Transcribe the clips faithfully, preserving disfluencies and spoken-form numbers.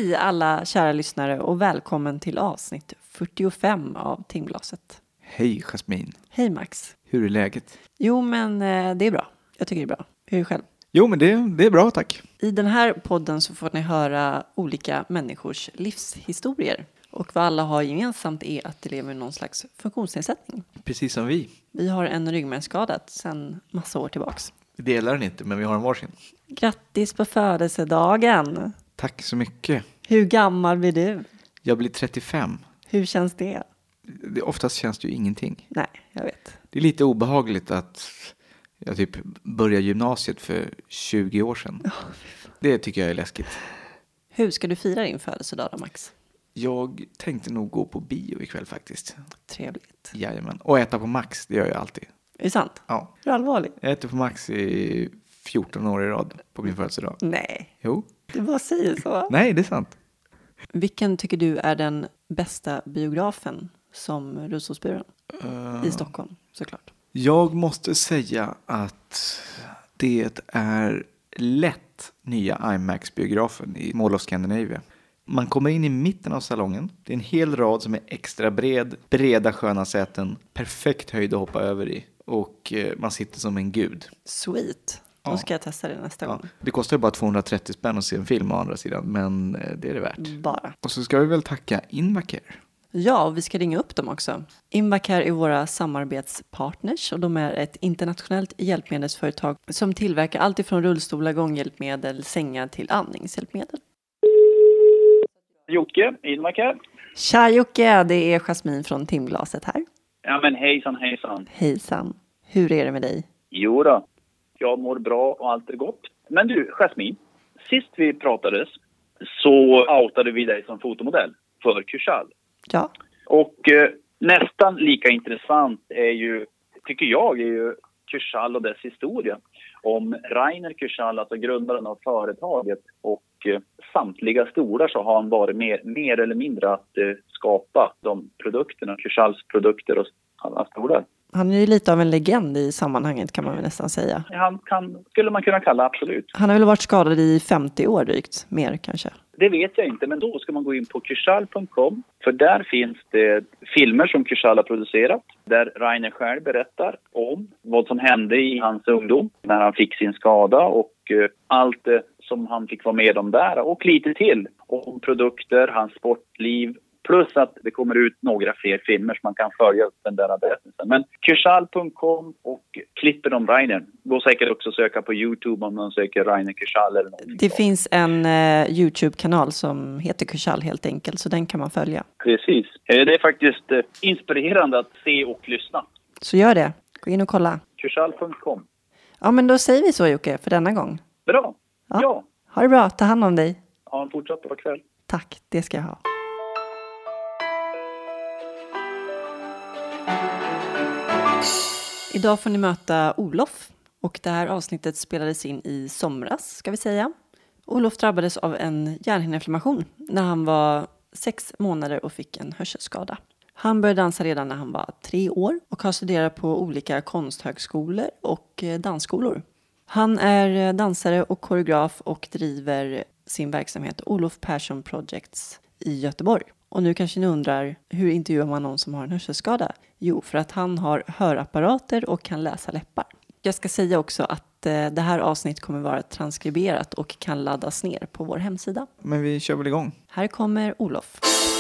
Hej alla kära lyssnare och välkommen till avsnitt fyrtiofem av Timglaset. Hej Jasmin. Hej Max. Hur är läget? Jo men eh, det är bra. Jag tycker det är bra. Hur är det själv? Jo men det, det är bra, tack. I den här podden så får ni höra olika människors livshistorier. Och vad alla har gemensamt är att de lever med någon slags funktionsnedsättning. Precis som vi. Vi har en ryggmärgsskada sedan massa år tillbaks. Vi delar den inte, men vi har en varsin. Grattis på födelsedagen. Tack så mycket. Hur gammal blir du? Jag blir trettiofem. Hur känns det? Det, oftast känns det ju ingenting. Nej, jag vet. Det är lite obehagligt att jag typ började gymnasiet för tjugo år sedan. Oh, det tycker jag är läskigt. Hur ska du fira din födelsedag då, Max? Jag tänkte nog gå på bio ikväll faktiskt. Trevligt. Jajamän. Och äta på Max, det gör jag alltid. Är det sant? Ja. Är du allvarlig? Jag äter på Max i fjorton år i rad på min födelsedag. Nej. Jo. Du bara säger så. Nej, det är sant. Vilken tycker du är den bästa biografen som rullstolsburen? Uh, I Stockholm, såklart. Jag måste säga att det är lätt nya IMAX-biografen i Mall of Scandinavia. Man kommer in i mitten av salongen. Det är en hel rad som är extra bred. Breda sköna säten. Perfekt höjd att hoppa över i. Och man sitter som en gud. Sweet. Då Ja. ska jag testa det nästa Ja. gång. Det kostar ju bara tvåhundratrettio spänn att se en film å andra sidan. Men det är det värt. Bara. Och så ska vi väl tacka Invacare. Ja, och vi ska ringa upp dem också. Invacare är våra samarbetspartners och de är ett internationellt hjälpmedelsföretag som tillverkar allt ifrån rullstolar, gånghjälpmedel, sängar till andningshjälpmedel. Jocke, Invacare. Tja Jocke, det är Jasmin från Timglaset här. Ja men hejsan hejsan. Hejsan. Hur är det med dig? Jo då, jag mår bra och allt är gott. Men du, Jasmin, sist vi pratades så outade vi dig som fotomodell för Kursal. Ja. Och eh, nästan lika intressant är ju, tycker jag, är ju Kursal och dess historia. Om Rainer Kursal, alltså grundaren av företaget, och eh, samtliga stolar så har han varit mer, mer eller mindre att eh, skapa de produkterna, Kursals produkter och alla stolar. Han är ju lite av en legend i sammanhanget kan man väl nästan säga. Han kan, skulle man kunna kalla, absolut. Han har väl varit skadad i femtio år drygt, mer kanske. Det vet jag inte, men då ska man gå in på kursal punkt com. För där finns det filmer som Kursal har producerat. Där Rainer själv berättar om vad som hände i hans ungdom när han fick sin skada. Och eh, allt eh, som han fick vara med om där. Och lite till om produkter, hans sportliv. Plus att det kommer ut några fler filmer som man kan följa upp den där berättelsen. Men kursal punkt com och klipper om Rainer. Går säkert också att söka på YouTube om man söker Rainer Kursal eller någonting. Det finns en eh, YouTube-kanal som heter Kursal helt enkelt, så den kan man följa. Precis. Eh, Det är faktiskt eh, inspirerande att se och lyssna. Så gör det. Gå in och kolla. kursal punkt com. Ja, men då säger vi så Jocke för denna gång. Bra. Ja. Ja. Ha det bra. Ta hand om dig. Ha en fortsatt bra kväll. Tack, det ska jag ha. Idag får ni möta Olof och det här avsnittet spelades in i somras ska vi säga. Olof drabbades av en hjärnhinneinflammation när han var sex månader och fick en hörselskada. Han började dansa redan när han var tre år och har studerat på olika konsthögskolor och dansskolor. Han är dansare och koreograf och driver sin verksamhet Olof Persson Projects i Göteborg. Och nu kanske ni undrar, hur intervjuar man någon som har en hörselskada? Jo, för att han har hörapparater och kan läsa läppar. Jag ska säga också att eh, det här avsnitt kommer vara transkriberat och kan laddas ner på vår hemsida. Men vi kör väl igång. Här kommer Olof.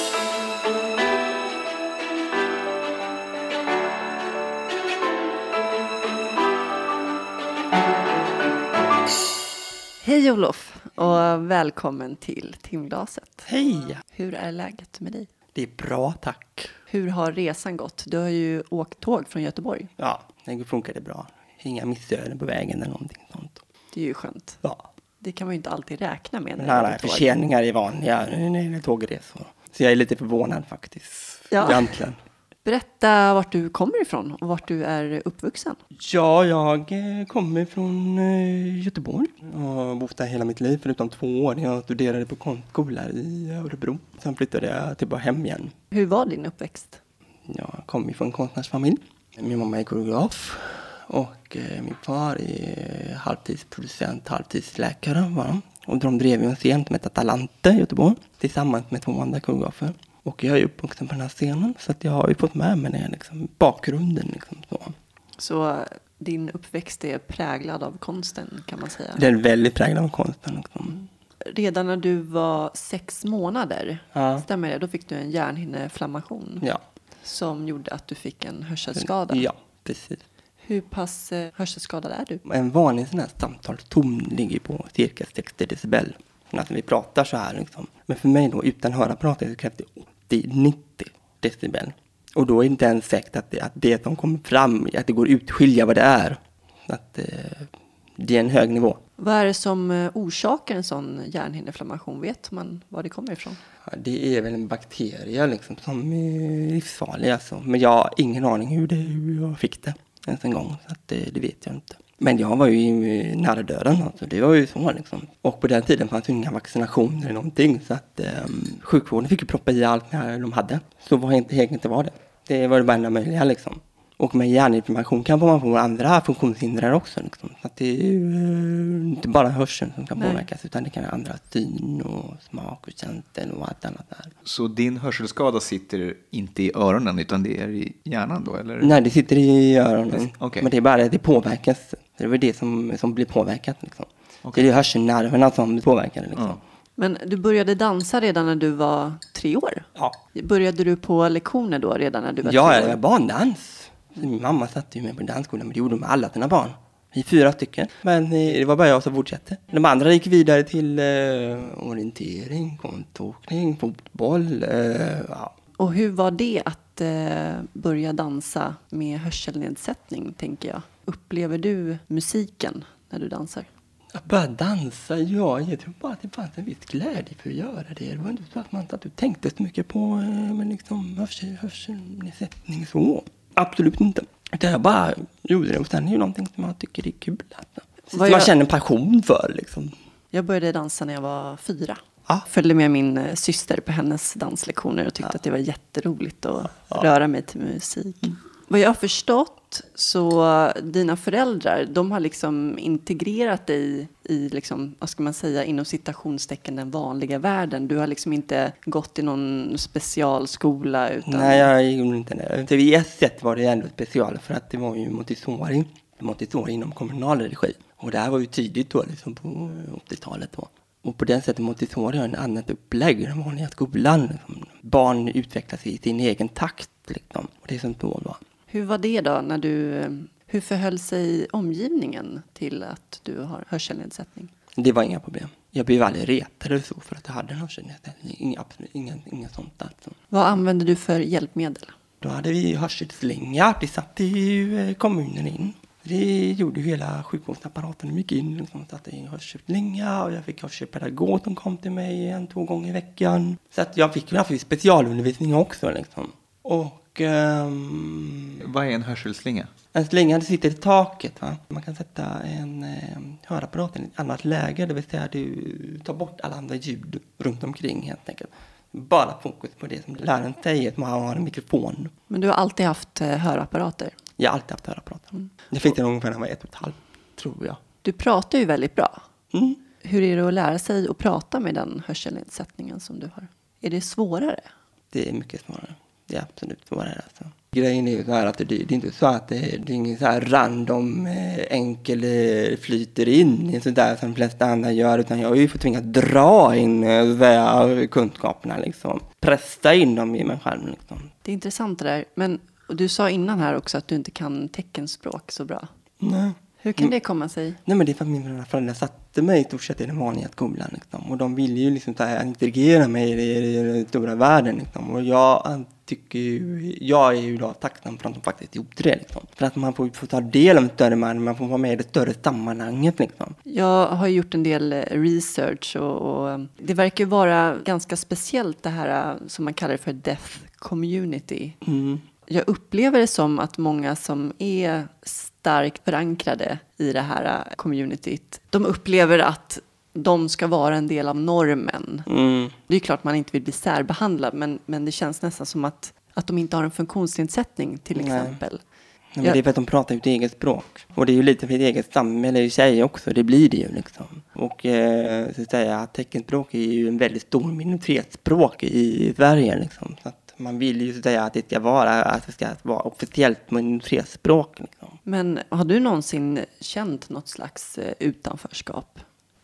Hej Olof och välkommen till Timglaset. Hej! Hur är läget med dig? Det är bra, tack. Hur har resan gått? Du har ju åkt tåg från Göteborg. Ja, det funkade bra. Inga missöden på vägen eller någonting sånt. Det är ju skönt. Ja. Det kan man ju inte alltid räkna med. När Nej, det nej, är tåg. förseningar i vanliga nej, tågresor. Så jag är lite förvånad faktiskt. Ja. Egentligen. Berätta vart du kommer ifrån och vart du är uppvuxen. Ja, jag eh, kommer från eh, Göteborg. Jag har bott där hela mitt liv förutom två år. Jag studerade på konstskola i Örebro. Sen flyttade jag tillbaka hem igen. Hur var din uppväxt? Jag kommer från en konstnärsfamilj. Min mamma är koreograf. Och eh, min far är halvtidsproducent, halvtidsläkare. Va? Och de drev ju en scen som heter Atalante i Göteborg tillsammans med två andra koreografer. Och jag är uppvuxen på den här scenen så att jag har ju fått med mig den liksom, bakgrunden. Liksom, så. Så din uppväxt är präglad av konsten kan man säga? Den är väldigt präglad av konsten. Liksom. Mm. Redan när du var sex månader, ja. stämmer det? Då fick du en hjärnhinneinflammation ja. som gjorde att du fick en hörselskada. Ja, precis. Hur pass eh, hörselskadad är du? En vanlig sån här samtalston ligger på cirka sextio decibel. Alltså vi pratar så här liksom. Men för mig då utan hörapparater så krävs det åttio till nittio decibel. Och då är det inte ens säkert att det, att det som kommer fram, att det går att utskilja vad det är. Att eh, det är en hög nivå. Vad är det som eh, orsakar en sån hjärnhinneinflammation? Vet man var det kommer ifrån? Ja, det är väl en bakterie liksom, som är livsfarlig alltså. Men jag har ingen aning hur, det, hur jag fick det ens en gång. Så att det, det vet jag inte. Men jag var ju nära döden, alltså. Det var ju så liksom. Och på den tiden fanns ju inga vaccinationer eller någonting. Så att um, sjukvården fick ju proppa i allt när de hade. Så var inte helt inte var det. Det var det bara enda möjliga liksom. Och med hjärninflammation kan man få andra funktionshinder också. Liksom. Så att det är ju uh, inte bara hörseln som kan Nej. påverkas. Utan det kan vara andra syn och smak och känsel och allt annat där. Så din hörselskada sitter inte i öronen utan det är i hjärnan då? Eller? Nej, det sitter i öronen. Okay. Men det är bara det påverkas. Det är väl det som, som blir påverkat. Liksom. Okay. Det är hörselnerverna som påverkar det. Liksom. Mm. Men du började dansa redan när du var tre år? Ja. Började du på lektioner då redan när du var ja, tre år? Ja, det var barndans. Min mamma satt ju med på dansskolan, men det gjorde de med alla sina barn. Vi är fyra stycken. Men det var bara jag som fortsatte. De andra gick vidare till eh, orientering, konståkning, fotboll. Eh, ja. Och hur var det att eh, börja dansa med hörselnedsättning, tänker jag? Upplever du musiken när du dansar? Att börja dansa, ja, jag tror bara att det fanns en viss glädje för att göra det. Det var inte så att man att du tänkte så mycket på eh, men liksom hörsel, hörselnedsättning så. Absolut inte. Det är bara gjorde det och sen är ju någonting som man tycker är kul. Alltså. Som jag... man känner en passion för liksom. Jag började dansa när jag var fyra. Ah. Följde med min syster på hennes danslektioner och tyckte ah. att det var jätteroligt att ah. röra mig till musik. Mm. Vad jag har förstått så dina föräldrar, de har liksom integrerat dig i, liksom, vad ska man säga, inom citationstecken den vanliga världen. Du har liksom inte gått i någon specialskola utan... Nej, jag gjorde inte det. Så vid ett sätt var det ändå special för att det var ju Montessori, Montessori inom kommunal regi. Och det här var ju tidigt då, liksom på åttiotalet då. Och på den sättet Montessori har en annat upplägg i den vanliga skolan. Liksom. Barn utvecklas i sin egen takt liksom. Och det är som då var. Hur var det då när du, hur förhöll sig omgivningen till att du har hörselnedsättning? Det var inga problem. Jag blev aldrig retad eller så för att jag hade en hörselnedsättning. Inga, absolut, inga, inga sånt alltså. Vad använde du för hjälpmedel? Då hade vi hörselslingar. Det satte ju kommunen in. Det gjorde ju hela sjukvårdsapparaten mycket in. Liksom, satte in hörselslingar och jag fick hörselpedagog som kom till mig en, två gånger i veckan. Så att jag fick ju specialundervisning också liksom. Och Um, vad är en hörselslinga? En slinga sitter i taket. Va? Man kan sätta en eh, hörapparat i ett annat läge. Det vill säga att du tar bort alla andra ljud runt omkring helt enkelt. Bara fokus på det som läraren säger. Att man har en mikrofon. Men du har alltid haft eh, hörapparater? Jag har alltid haft hörapparater. Mm. Det fick jag ungefär när jag var ett och ett halvt, tror jag. Du pratar ju väldigt bra. Mm. Hur är det att lära sig att prata med den hörselnedsättningen som du har? Är det svårare? Det är mycket svårare. Det är absolut svårare alltså. Grejen är ju så här att det, det är inte så att det, det är ingen så här random eh, enkel flyter in så där som de flesta andra gör, utan jag har ju fått tvingas dra in eh, kunskaperna liksom. Pressa in dem i mig själv liksom. Det är intressant det där. Men du sa innan här också att du inte kan teckenspråk så bra. Nej. Hur kan det komma sig? Nej, men det är för att mina föräldrar satte mig i stort sett i den vanliga skolan liksom. Och de ville ju liksom så här integrera mig i, i, i den stora världen liksom. Och jag tycker ju, jag är ju då tacksam för att de faktiskt gjorde det liksom. För att man får, får ta del av en större man, man får vara med i det större sammanhanget liksom. Jag har gjort en del research och, och det verkar vara ganska speciellt det här som man kallar för deaf community. Mm. Jag upplever det som att många som är starkt förankrade i det här communityt, de upplever att de ska vara en del av normen. Mm. Det är klart man inte vill bli särbehandlad, men, men det känns nästan som att, att de inte har en funktionsnedsättning till Nej. exempel. Nej, men det är för att de pratar ut eget språk. Och det är ju lite för ett eget samhälle i sig också. Det blir det ju liksom. Och eh, så att säga, teckenspråk är ju en väldigt stor minoritetsspråk i Sverige. Liksom. Så att man vill ju så att säga att det ska vara, att det ska vara officiellt minoritetsspråk. Liksom. Men har du någonsin känt något slags utanförskap?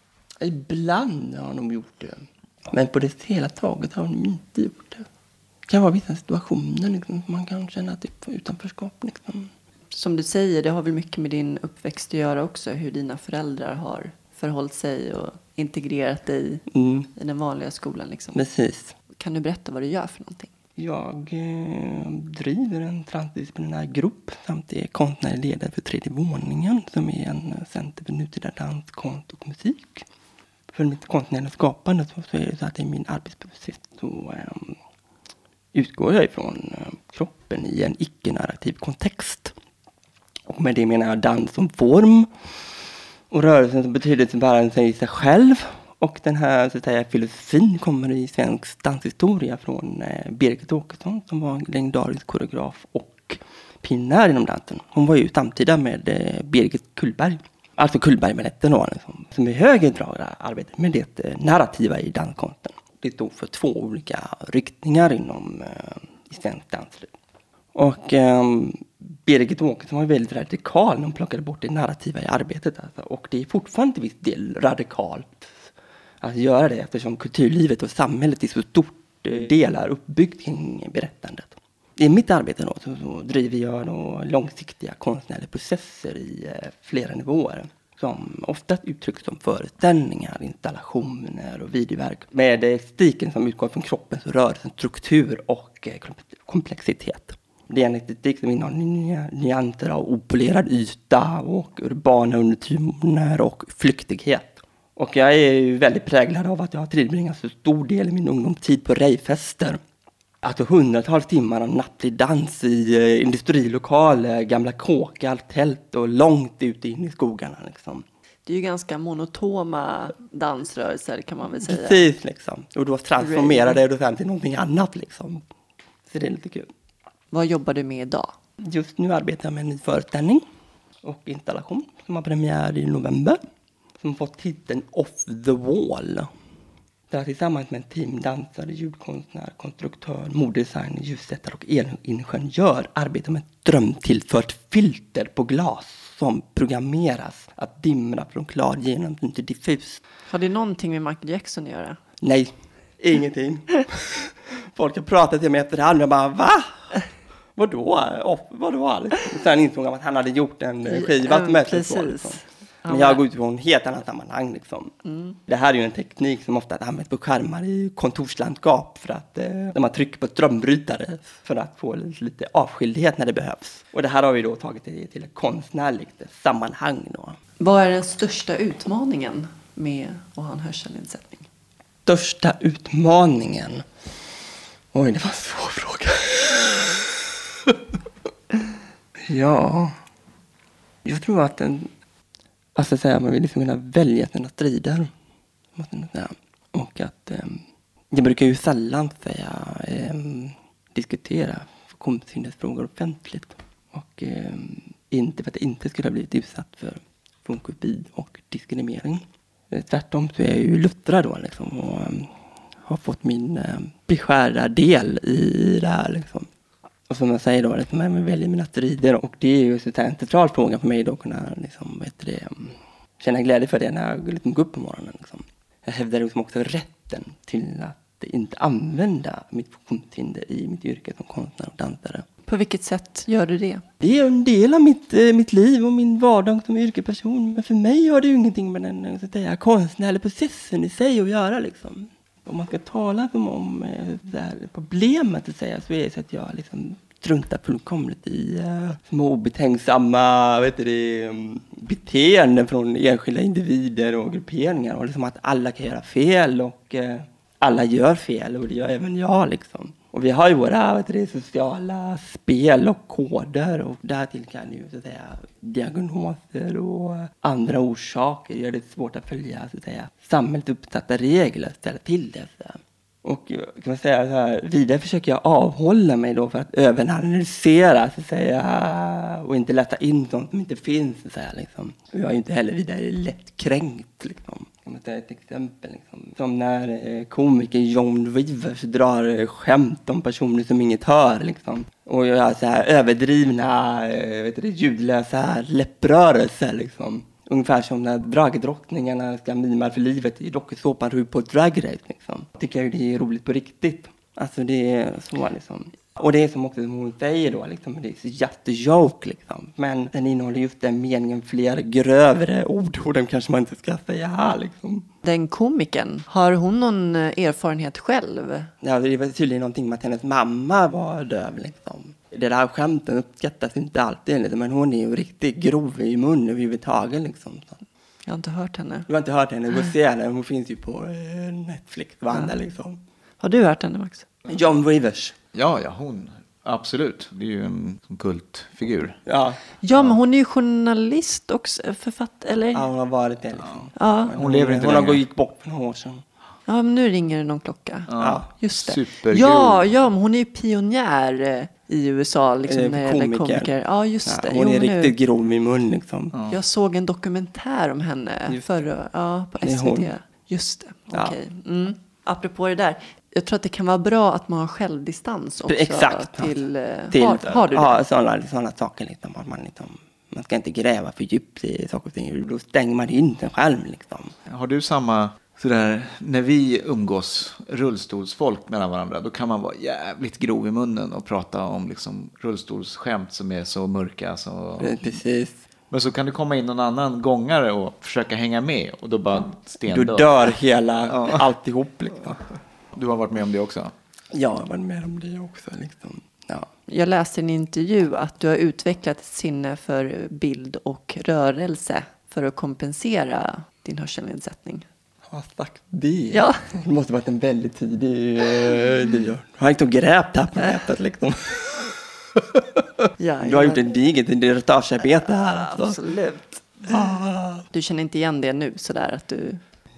Ibland har de gjort det. Men på det hela taget har de inte gjort det. Det kan vara vissa situationer liksom, man kan känna att det är utanförskap. Liksom. Som du säger, det har väl mycket med din uppväxt att göra också. Hur dina föräldrar har förhållit sig och integrerat dig mm. i den vanliga skolan. Liksom. Precis. Kan du berätta vad du gör för någonting? Jag eh, driver en transdisciplinär grupp samt är konstnärlig ledare för tredje våningen som är en center för nutida dans, konst och musik. För mitt konstnärliga skapande så är det så att det är min arbetsprocess så eh, utgår jag ifrån eh, kroppen i en icke-narrativ kontext. Och med det menar jag dans som form och rörelsen som betydelsebärande i sig själv. Och den här så att säga, filosofin kommer i svensk danshistoria från eh, Birgit Åkesson som var en legendarisk koreograf och pionjär inom dansen. Hon var ju samtida med eh, Birgit Kullberg. Alltså Kullbergbaletten då, liksom, som i hög grad arbetar med det eh, narrativa i danskonsten. Det stod för två olika riktningar inom eh, i svensk dansliv. Och eh, Birgit Åkesson var väldigt radikal när hon plockade bort det narrativa i arbetet. Alltså. Och det är fortfarande till viss del radikalt att göra det eftersom kulturlivet och samhället i så stort del är uppbyggt kring berättandet. I mitt arbete då, så, så driver jag då långsiktiga konstnärliga processer i eh, flera nivåer. Som oftast uttrycks som föreställningar, installationer och videoverk. Med estetiken som utgår från kroppens och rörelsens struktur och eh, komplexitet. Det är en estetik som innehåller nyanser av opolerad yta och urbana undertoner och flyktighet. Och jag är ju väldigt präglad av att jag har tillbringat så stor del i min ungdomstid på rejfester. Alltså hundratals timmar av nattlig dans i eh, industrilokaler, gamla kåkar, tält och långt ute in i skogarna. Liksom. Det är ju ganska monotoma dansrörelser kan man väl säga. Precis, liksom. Och då transformerar det då till någonting annat. Liksom. Så det är lite kul. Vad jobbar du med idag? Just nu arbetar jag med en ny föreställning och installation som har premiär i november. Som fått titeln Off the Wall. Där tillsammans med en teamdansare, ljudkonstnär, konstruktör, modedesigner, ljussättare och elingenjör arbetar med ett drömtillfört filter på glas som programmeras att dimra från klar genomsnitt till diffus. Har det någonting med Michael Jackson att göra? Nej, ingenting. Folk har pratat till mig efterhand och jag bara, va? Vadå? Off, vadå? Sen insåg jag att han hade gjort en skiva som ja, heter så. Liksom. Men jag går ut från ett helt annat sammanhang. Liksom. Mm. Det här är ju en teknik som ofta används på skärmar i kontorslandskap. För att eh, när man trycker på strömbrytare för att få lite avskildhet när det behövs. Och det här har vi då tagit det till ett konstnärligt sammanhang. Då. Vad är den största utmaningen med att ha en hörselnedsättning? Största utmaningen? Oj, det var en svår fråga. Ja, jag tror att den... Alltså säga, man vill liksom kunna välja sina strider. Måste jag säga. Och att eh, jag brukar ju sällan säga eh, diskutera funktionshindersfrågor offentligt. Och eh, inte för att jag inte skulle ha blivit utsatt för funkofobi och diskriminering. Eh, tvärtom så är jag ju luttrad då liksom. Och eh, har fått min eh, beskärda del i det här liksom. Och som jag säger då, att jag väljer mina strider. Och det är ju så en central fråga för mig då att kunna liksom, vet det, känna glädje för det när jag liksom går upp på morgonen. Liksom. Jag hävdar liksom också rätten till att inte använda mitt funktionshinder i mitt yrke som konstnär och dansare. På vilket sätt gör du det? Det är en del av mitt, eh, mitt liv och min vardag som yrkesperson. Men för mig har det ju ingenting med den så att säga, konstnärliga processen i sig att göra liksom. Om man ska tala om, om det här problemet att säga, så är det så att jag liksom struntar fullkomligt i uh, små obetänksamma vet du, beteenden från enskilda individer och grupperingar. Och liksom att alla kan göra fel och uh, alla gör fel och det gör även jag liksom. Och vi har ju våra vet du, sociala spel och koder och därtill kan ju så att säga diagnoser och andra orsaker gör det svårt att följa så att säga samhället uppsatta regler ställa till det. Så. Och kan man säga så här, vidare försöker jag avhålla mig då för att överanalysera så att säga och inte lätta in sånt som inte finns så att säga liksom. Och jag är inte heller vidare lättkränkt liksom. Liksom, det är ett exempel. Liksom. Som när eh, komiker John Rivers drar eh, skämt om personer som inget hör. Liksom. Och gör så här överdrivna, eh, vet du, ljudlösa läpprörelser. Liksom. Ungefär som när dragdrottningarna ska mima för livet i dokusåpan RuPaul's Drag Race. Liksom. Tycker jag det är roligt på riktigt. Alltså det är så liksom. Och det är som också som hon säger då, liksom, det är så jättejoke liksom. Men den innehåller just den meningen fler grövre ord och den kanske man inte ska säga här liksom. Den komiken, har hon någon erfarenhet själv? Ja, det var tydligen någonting med att hennes mamma var döv liksom. Det där skämten uppskattas inte alltid liksom, men hon är ju riktigt grov i munnen överhuvudtaget liksom. Så. Jag har inte hört henne. Du har inte hört henne, du får se henne, hon finns ju på eh, Netflix och andra ja. Liksom. Har du hört henne, Max? John Rivers. Ja, ja, hon. Absolut. Det är ju en, en kultfigur. Ja. Ja, men hon är ju journalist och författare, eller? Ja, hon har varit det liksom. Ja. Hon, hon lever inte hon längre. Hon gick bort för några år sedan. Ja, men nu ringer det någon klocka. Ja, just det. Supergrov. Ja, ja, men hon är ju pionjär i U S A liksom, eh, när det gäller komiker. Ja, just ja, det. hon jo, är riktigt nu. grov i mun liksom. Ja. Jag såg en dokumentär om henne Just förra, ja, på Det är S V T. hon. Just det, Ja. okej. Mm. Apropå det där, jag tror att det kan vara bra att man har självdistans också. Exakt. Till, eh, Till, har, har du det? Ja, sådana, sådana saker liksom. Att man, liksom. Man ska inte gräva för djupt i saker och ting. Då stänger man in sig själv liksom. Har du samma sådär, när vi umgås rullstolsfolk mellan varandra, då kan man vara jävligt grov i munnen och prata om liksom rullstolsskämt som är så mörka. Så... Precis. Men så kan du komma in någon annan gångare och försöka hänga med och då bara stendör. Du dör hela ja. alltihop liksom. Du har varit med om det också? Ja, jag har varit med om det också liksom. Ja. Jag läste i en intervju att du har utvecklat ett sinne för bild och rörelse för att kompensera din hörselnedsättning. Har sagt det? Ja. Det måste varit en väldigt tidig... Uh, jag har inte gräpt här på nätet liksom. Ja, du har gjort ett digert direktörsarbete här. Alltså. Absolut. Ah. Du känner inte igen det nu sådär att du...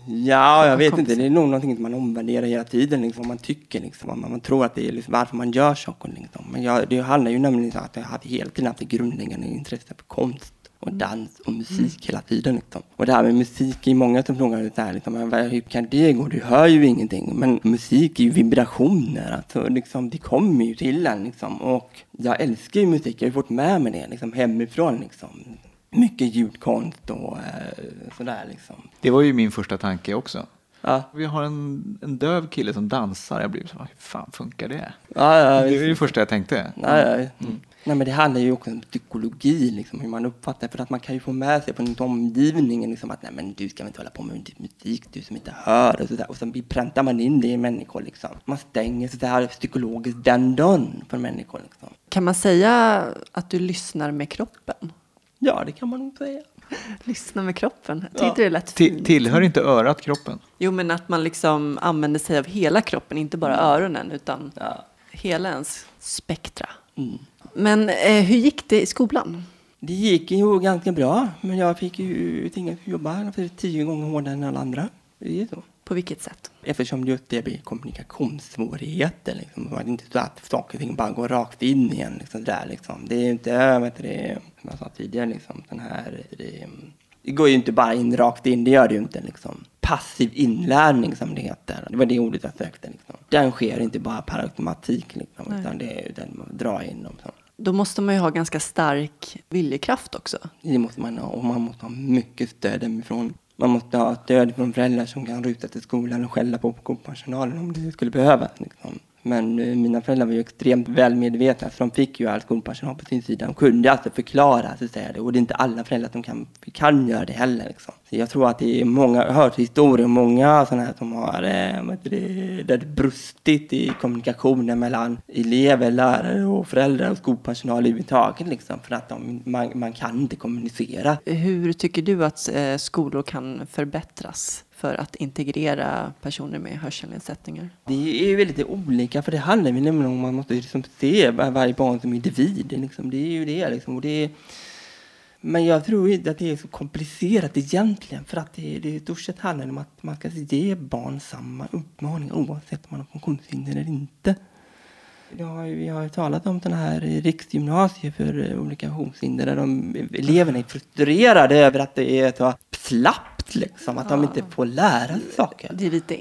Ja, jag vet inte. Det är nog någonting som man omvärderar hela tiden. Liksom, vad man tycker, liksom, vad man, man tror att det är liksom, varför man gör saker. Liksom. Men jag, det handlar ju nämligen om att jag hade hela tiden haft ett grundläggande intresse för konst och dans och musik mm. hela tiden. Liksom. Och det här med musik är många som frågar så här, liksom, hur kan det gå? Du hör ju ingenting. Men musik är ju vibrationer. Alltså, liksom, det kommer ju till en. Liksom. Och jag älskar ju musik. Jag har fått med mig det liksom, hemifrån. Liksom. Mycket ljudkonst och eh, sådär liksom. Det var ju min första tanke också. Ja. Vi har en, en döv kille som dansar. Jag blir så, hur fan funkar det? Ja, ja, det är det första jag tänkte. Ja, ja. Mm. Nej, men det handlar ju också om psykologi, liksom, hur man uppfattar. För att man kan ju få med sig från omgivningen liksom, att nej, men du ska inte hålla på med musik, du som inte hör. Och, så där. Och sen präntar man in det i människor. Liksom. Man stänger så där psykologiskt den dörren för människor. Liksom. Kan man säga att du lyssnar med kroppen? Ja, det kan man nog säga. Lyssna med kroppen. Jag tyckte Ja. det är lätt. Till, tillhör inte örat kroppen? Jo, men att man liksom använder sig av hela kroppen, inte bara öronen, utan Ja. hela ens spektra. Mm. Men eh, hur gick det i skolan? Det gick ju ganska bra, men jag fick ju tvingas jobba för tio gånger hårdare än alla andra. Det är så. På vilket sätt? Eftersom just det blir kommunikationssvårigheter. Liksom. Det är inte så att saker och ting bara går rakt in igen. Liksom, där, liksom. Det är ju inte, vet du, det, som jag sa tidigare, liksom, den här, det, det går ju inte bara in rakt in, det gör det ju inte. Liksom. Passiv inlärning som det heter. Det var det ordet jag sökte. Liksom. Den sker inte bara per automatik, liksom, utan det är den man drar in dem. Så. Då måste man ju ha ganska stark viljekraft också. Det måste man ha, och man måste ha mycket stöd hemifrån. Man måste ha stöd från föräldrar som kan rusa till skolan och skälla på skolpersonalen om det skulle behövas. Liksom. Men eh, mina föräldrar var ju extremt väl medvetna, så de fick ju all skolpersonal på sin sida. De kunde alltså förklara, så att säga det. Och det är inte alla föräldrar som kan, kan göra det heller. Liksom. Så jag tror att det är många, jag har hört historier, många sådana här som har eh, det, där det brustit i kommunikationen mellan elever, lärare och föräldrar och skolpersonal överhuvudtaget. Liksom, för att de, man, man kan inte kommunicera. Hur tycker du att eh, skolor kan förbättras för att integrera personer med hörselnedsättningar? Det är ju väldigt olika, för det handlar ju nämligen om att man måste liksom se varje barn som individ. Liksom. Det är ju det. Liksom. Och det är... Men jag tror inte att det är så komplicerat egentligen, för att det, det i stort sett handlar om att man ska ge barn samma uppmaningar oavsett om man har funktionshinder eller inte. Jag har, vi har talat om den här riksgymnasiet för olika funktionshinder där de, eleverna är frustrerade över att det är så slappt liksom. Att de inte får lära sig saker. Det är lite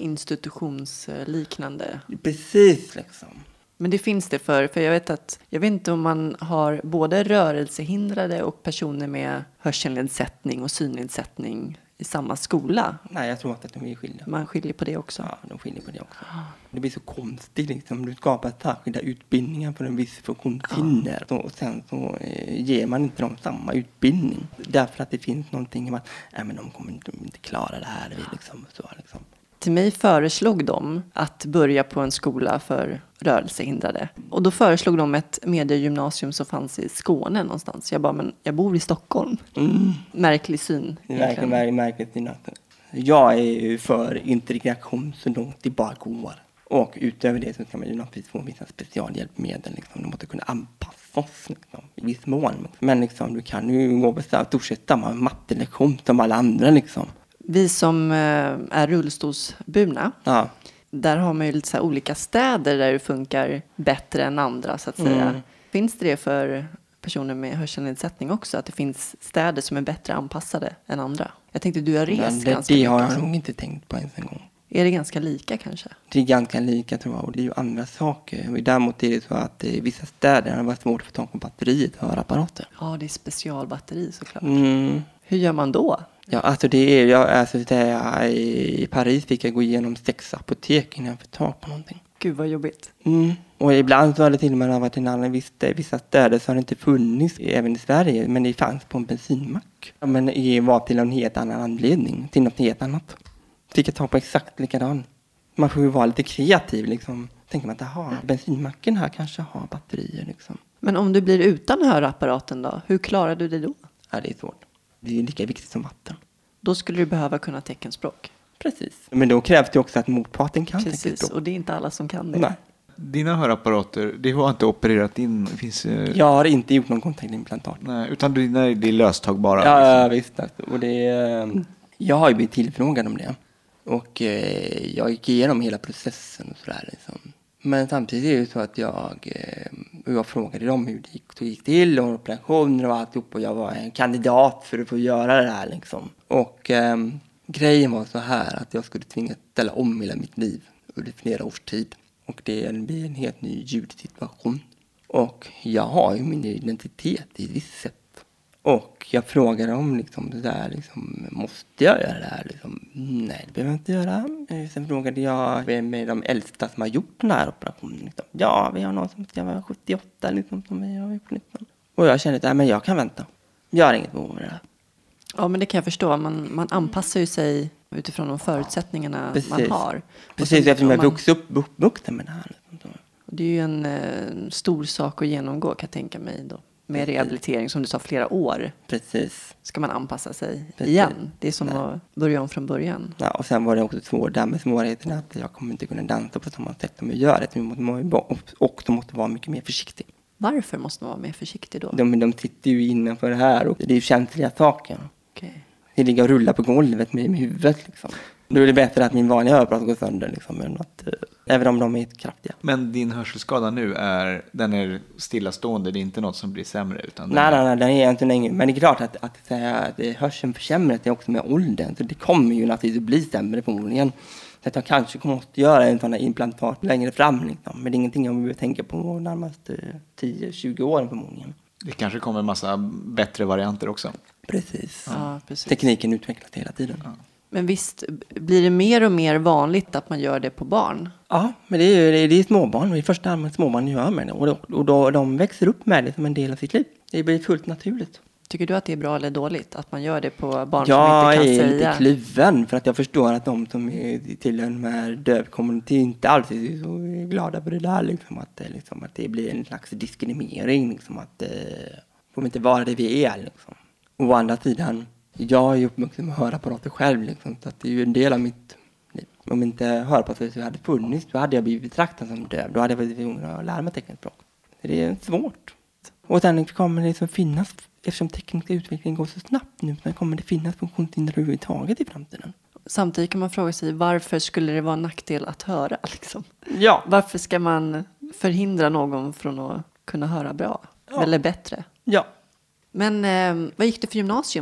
institutionsliknande. Precis liksom. Men det finns det för, för jag vet att, jag vet inte om man har både rörelsehindrade och personer med hörselnedsättning och synnedsättning i samma skola. Nej, jag tror inte att de är skilda. Man skiljer på det också. Ja, de skiljer på det också. Det blir så konstigt liksom. Du skapar särskilda utbildningar för en viss funktionshinder. Ja. Och sen så eh, ger man inte dem samma utbildning. Därför att det finns någonting om att nej, men de kommer inte, inte klara det här. Vi liksom, så, liksom. Till mig föreslog de att börja på en skola för rörelsehindrade. Och då föreslog de ett mediegymnasium som fanns i Skåne någonstans. Jag bara, men jag bor i Stockholm. Mm. Märklig syn. Det är verkligen märkligt, märkligt syn. Jag är ju för integration så långt det bara går. Och utöver det så ska man ju naturligtvis få vissa specialhjälpmedel. Liksom. Du måste kunna anpassa oss liksom, i viss mån. Men liksom, du kan ju gå på stort sett samma mattelektion som alla andra liksom. Vi som är rullstolsburna, ja. Där har man ju lite så här olika städer där det funkar bättre än andra så att säga. Mm. Finns det det för personer med hörselnedsättning också? Att det finns städer som är bättre anpassade än andra? Jag tänkte du har rest Men det, ganska det mycket. har jag också. nog inte tänkt på ens en gång. Är det ganska lika kanske? Det är ganska lika tror jag och det är ju andra saker. Och däremot är det så att i vissa städer har det varit svårt att få tag på batteriet och hörapparater. Ja, det är specialbatteri såklart. Mm. Hur gör man då? Ja, alltså det är jag alltså det är, i Paris fick jag gå igenom sex apotek innan jag fick tag på någonting. Gud vad jobbigt. Mm. Och ibland så har det till och med varit en annan vissa, vissa städer så har det inte funnits även i Sverige, men det fanns på en bensinmack. Men det var till en helt annan anledning, till något helt annat. Fick jag tag på exakt likadan. Man får ju vara lite kreativ liksom. Tänker man att aha, bensinmacken här kanske har batterier liksom. Men om du blir utan hörapparaten då? Hur klarar du det då? Ja, det är svårt. Det är lika viktigt som vatten. Då skulle du behöva kunna teckenspråk. Precis. Men då krävs det också att motparten kan Precis, teckenspråk. och det är inte alla som kan det. Nej. Dina hörapparater, det har inte opererat in? Finns, eh... Jag har inte gjort någon kontaktimplantat. Nej, utan det, nej, det är löstagbara? Ja, liksom. ja visst. Och det är, jag har ju blivit tillfrågad om det. Och eh, jag gick igenom hela processen och sådär liksom. Men samtidigt är det ju så att jag, eh, jag frågade dem hur det gick, det gick till och operationer och alltihop. Och jag var en kandidat för att få göra det här liksom. Och eh, grejen var så här att jag skulle tvingas ställa om hela mitt liv under flera års tid. Och det blir en helt ny ljudsituation. Och jag har ju min identitet i ett visst sätt. Och jag frågade dem liksom det där liksom, måste jag göra det här liksom? Nej, det behöver jag inte göra. Sen frågade jag vem är de äldsta som har gjort den här operationen liksom. Ja, vi har någon som ska vara sjuttioåtta liksom som vi har gjort liksom. Och jag kände att nej, men jag kan vänta. Jag har inget behov av det här. Ja, men det kan jag förstå. Man, man anpassar ju sig utifrån de förutsättningarna Precis. man har. Precis, sen, eftersom jag man, vuxit upp vuxen med det här. Liksom. Det är ju en eh, stor sak att genomgå kan jag tänka mig då. Med rehabilitering som det tar flera år. Precis. Ska man anpassa sig Precis. igen. Det är som Nej. att börja om från början. Ja, och sen var det också svårt där med svårigheten att jag kommer inte kunna dansa på samma sätt som jag gör det. Vi måste, och de måste vara mycket mer försiktig. Varför måste man vara mer försiktig då? De, de sitter ju innanför det här och det är ju känsliga saker. Okay. Det ligger och rullar på golvet med, med huvudet liksom. Då är det bättre att min vanliga hörapparat går sönder liksom, än att, äh, även om de är kraftiga. Men din hörselskada nu är, den är stillastående, det är inte något som blir sämre? Utan nej, nej, nej, den är inte länge. Men det är klart att, att säga att hörseln försämras är också med åldern. Så det kommer ju naturligtvis att bli sämre förmodligen. Så att jag kanske måste göra en sån här implantat längre fram liksom. Men det är ingenting jag behöver tänka på de närmaste tio tjugo åren förmodligen. Det kanske kommer en massa bättre varianter också. Precis. Ja, precis. Tekniken utvecklas hela tiden. Ja. Men visst blir det mer och mer vanligt att man gör det på barn? Ja, men det är ju det är småbarn. Och i första hand småbarn gör med det. Och, då, och då, de växer upp med det som en del av sitt liv. Det blir fullt naturligt. Tycker du att det är bra eller dåligt att man gör det på barn jag som inte kan säga? Jag är lite kluven för att jag förstår att de som är till den här dövkommuniteten inte alltid är så glada för det där. Liksom, att, liksom, att det blir en slags diskriminering. Liksom, att det får inte vara det vi är. Liksom. Å andra sidan, jag är ju uppvuxen med hörapparater själv. Liksom, så att det är ju en del av mitt liv. Om inte hörapparater hade funnits så hade jag blivit betraktad som döv. Då hade jag varit tvungen att lära mig teckenspråk. Så det är svårt. Och sen kommer det liksom finnas, eftersom teknisk utveckling går så snabbt nu, så kommer det finnas funktionshinder överhuvudtaget i framtiden. Samtidigt kan man fråga sig, varför skulle det vara en nackdel att höra? Liksom? Ja. Varför ska man förhindra någon från att kunna höra bra? Ja. Eller bättre? Ja. Men eh, vad gick du för gymnasium?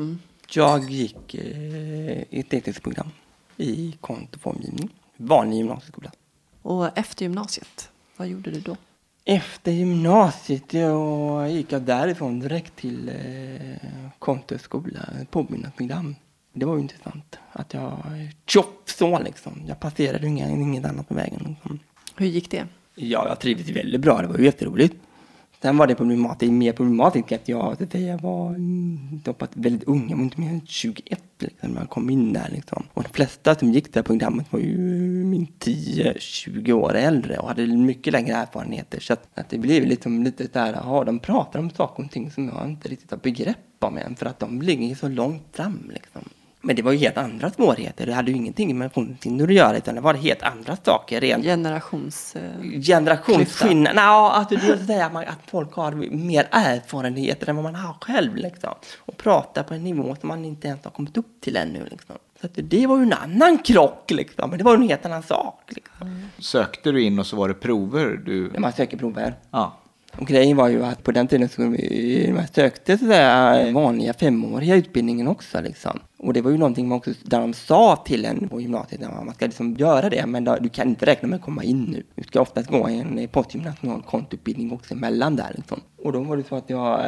Jag gick eh, i ett tekniskt program i konst och formgivning. Vanlig gymnasieskola. Och efter gymnasiet, vad gjorde du då? Efter gymnasiet jag gick jag därifrån direkt till eh, konstskola, påbyggnadsprogram. Det var ju intressant att jag tjopp så liksom. Jag passerade inget, inget annat på vägen. Liksom. Hur gick det? Ja, jag trivdes väldigt bra. Det var ju jätteroligt. Sen var det problematiskt, mer problematiskt att jag, att jag var doppat väldigt ung. Jag var inte mer än tjugoett liksom, när jag kom in där. Liksom. Och de flesta som gick det här programmet var ju min tio tjugo år äldre och hade mycket längre erfarenheter. Så att, att det blev liksom lite där, ja, de pratar om saker och ting som jag inte riktigt har begrepp om än. För att de ligger så långt fram liksom. Men det var ju helt andra svårigheter. Det hade ju ingenting med funktionshinder att göra, utan det var helt andra saker. Rent Generations... Eh, generationsskillnad. Ja, alltså det vill säga att folk har mer erfarenheter än vad man har själv. Liksom. Och pratar på en nivå som man inte ens har kommit upp till ännu. Liksom. Så att det var ju en annan krock. Liksom. Men det var ju en helt annan sak. Liksom. Mm. Sökte du in och så var det prover? Du... Ja, man söker prover. Ja. Och grejen var ju att på den tiden så man sökte sådär vanliga femåriga utbildningen också liksom. Och det var ju någonting man också, där de sa till en på gymnasiet att man ska liksom göra det, men då, du kan inte räkna med att komma in nu. Du ska oftast gå en postgymnasial konstutbildning också emellan där liksom. Och då var det så att jag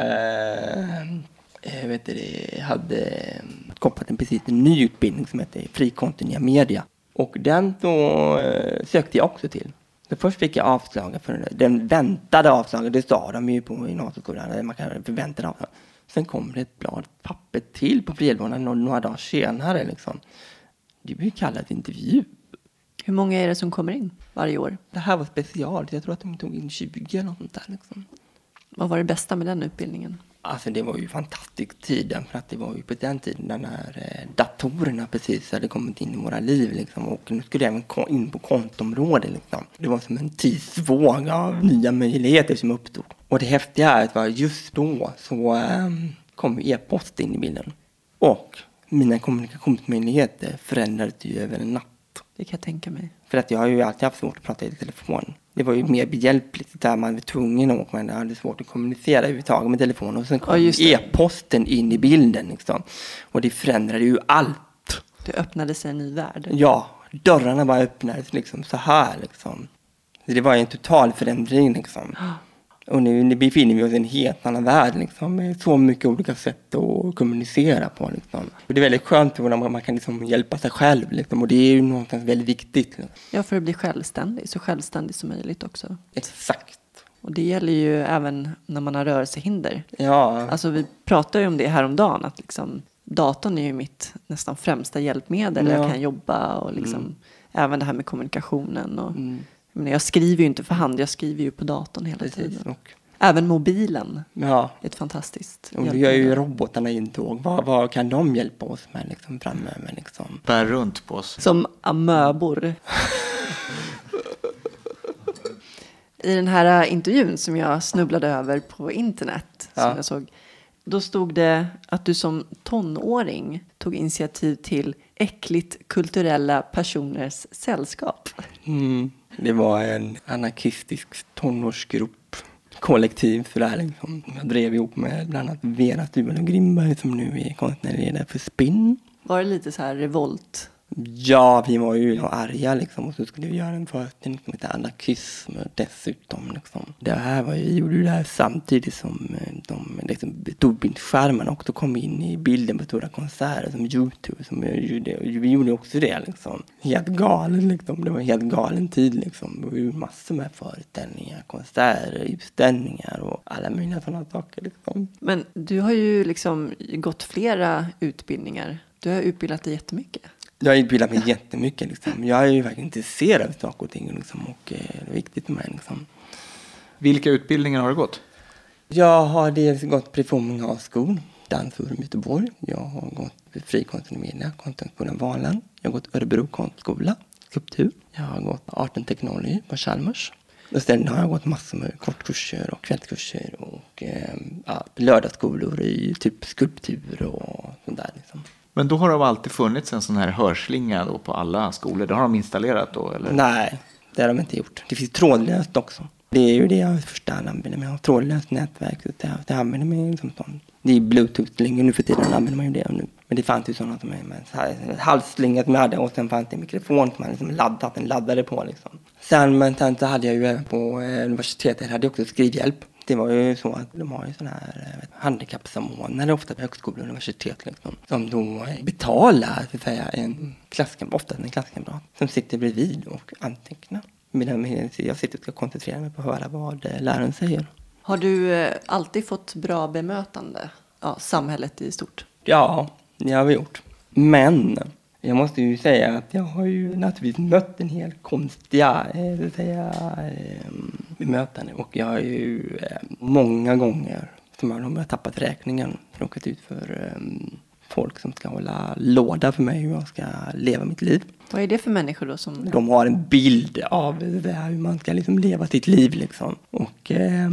äh, vet det, hade kopplat en precis en ny utbildning som heter Fri konst i nya media. Och den så äh, sökte jag också till. Så först fick jag avslag för den väntade avslaget, det sa de ju på gymnasieskolan, man kan förvänta avslag. Sen kom det ett blad papper till på brevlådan några, några dagar senare liksom. Det blir kallat intervju. Hur många är det som kommer in varje år? Det här var speciellt, jag tror att de tog in tjugo eller något sånt där liksom. Vad var det bästa med den utbildningen? Alltså det var ju fantastisk tiden, för att det var ju på den tiden när eh, datorerna precis hade kommit in i våra liv liksom, och nu skulle jag även ko- in på kontområdet liksom. Det var som en tidsvåg av nya möjligheter som uppstod. Och det häftiga är att var just då så eh, kom e-post in i bilden. Och mina kommunikationsmöjligheter förändrades ju över en natt. Det kan jag tänka mig. För att jag har ju alltid haft svårt att prata i telefon. Det var ju mer behjälpligt där man var tvungen och man hade svårt att kommunicera överhuvudtaget med telefon. Och sen kom ja, e-posten in i bilden liksom. Och det förändrade ju allt. Det öppnade sig en ny värld. Ja, dörrarna bara öppnades liksom så här liksom. Det var ju en total förändring liksom. Och nu befinner vi oss i en helt annan värld liksom, med så mycket olika sätt att kommunicera på liksom. Och det är väldigt skönt när man kan liksom hjälpa sig själv liksom, och det är ju något väldigt viktigt. Liksom. Ja, för att bli självständig, så självständig som möjligt också. Exakt. Och det gäller ju även när man har rörelsehinder. Ja. Alltså vi pratar ju om det häromdagen, att liksom, datorn är ju mitt nästan främsta hjälpmedel. Ja. Jag kan jobba och liksom, mm. även det här med kommunikationen och mm. Men jag skriver ju inte för hand, jag skriver ju på datorn hela Precis. tiden. Och även mobilen ja. är ett fantastiskt och vi gör ju robotarna i en tåg. Vad, vad kan de hjälpa oss med liksom, framöver? Liksom? Bär runt på oss. Som amöbor. I den här intervjun som jag snubblade över på internet, ja. som jag såg, då stod det att du som tonåring tog initiativ till äckligt kulturella personers sällskap. Mm. Det var en anarkistisk tonårsgrupp, kollektiv för det här liksom. Jag drev ihop med bland annat Vera Stuvel och Grimberg som nu är konstnärledare för Spinn. Var det lite så här revolt? Ja, vi var ju arga liksom, och så skulle vi göra en föreställning som heter anarkism dessutom liksom. Det här var ju, vi gjorde det här samtidigt som de liksom, tog bildskärmarna och då kom in i bilden på stora konserter som YouTube som gjorde, och vi gjorde också det liksom. Helt galen liksom, det var en helt galen tid liksom. Det var ju massor med föreställningar, konserter, utställningar och alla möjliga sådana saker liksom. Men du har ju liksom gått flera utbildningar. Du har utbildat dig jättemycket. Jag har utbildat mig jättemycket liksom. Jag är ju verkligen intresserad av saker och ting liksom, och eh, det är viktigt för mig liksom. Vilka utbildningar har du gått? Jag har dels gått Preforming High School, Dansforum i Göteborg. Jag har gått Frikonsten i media, Konsthögskolan Valen. Jag har gått Örebro konstskola, skulptur. Jag har gått Art and Technology på Chalmers. Och sen har jag gått massor med kortkurser och kvällskurser och eh, ja, lördagsskolor i typ skulptur och sånt där liksom. Men då har det alltid funnits en sån här hörslinga då på alla skolor. Det har de installerat då, eller? Nej, det har de inte gjort. Det finns trådlöst också. Det är ju det jag första använder mig av. Trådlöst nätverk. Så det, det använder mig som sånt. Det är Bluetooth längre nu för tiden. Använder man ju det nu. Men det fanns ju sådana som är med en halsslinga som jag hade och sen fanns det en mikrofon som man liksom laddat, den laddade på liksom. Sen, men sen så hade jag ju även på eh, universitetet hade jag också skrivhjälp. Det var ju så att de har ju sådana här eh, handikappsamordnare ofta på högskola och universitet liksom, som då betalar så att säga en klasskamrat, ofta en klasskamrat som sitter bredvid och antecknar. Medan jag sitter och ska koncentrera mig på att höra vad läraren säger. Har du eh, alltid fått bra bemötande? Ja, samhället i stort. Ja, det har vi gjort. Men jag måste ju säga att jag har ju naturligtvis mött en hel konstiga eh, så att säga, eh, bemötande. Och jag har ju eh, många gånger som jag har tappat räkningen råkat ut för eh, folk som ska hålla låda för mig hur jag ska leva mitt liv. Vad är det för människor då? Som... De har en bild av det här, hur man ska liksom leva sitt liv liksom. Och eh,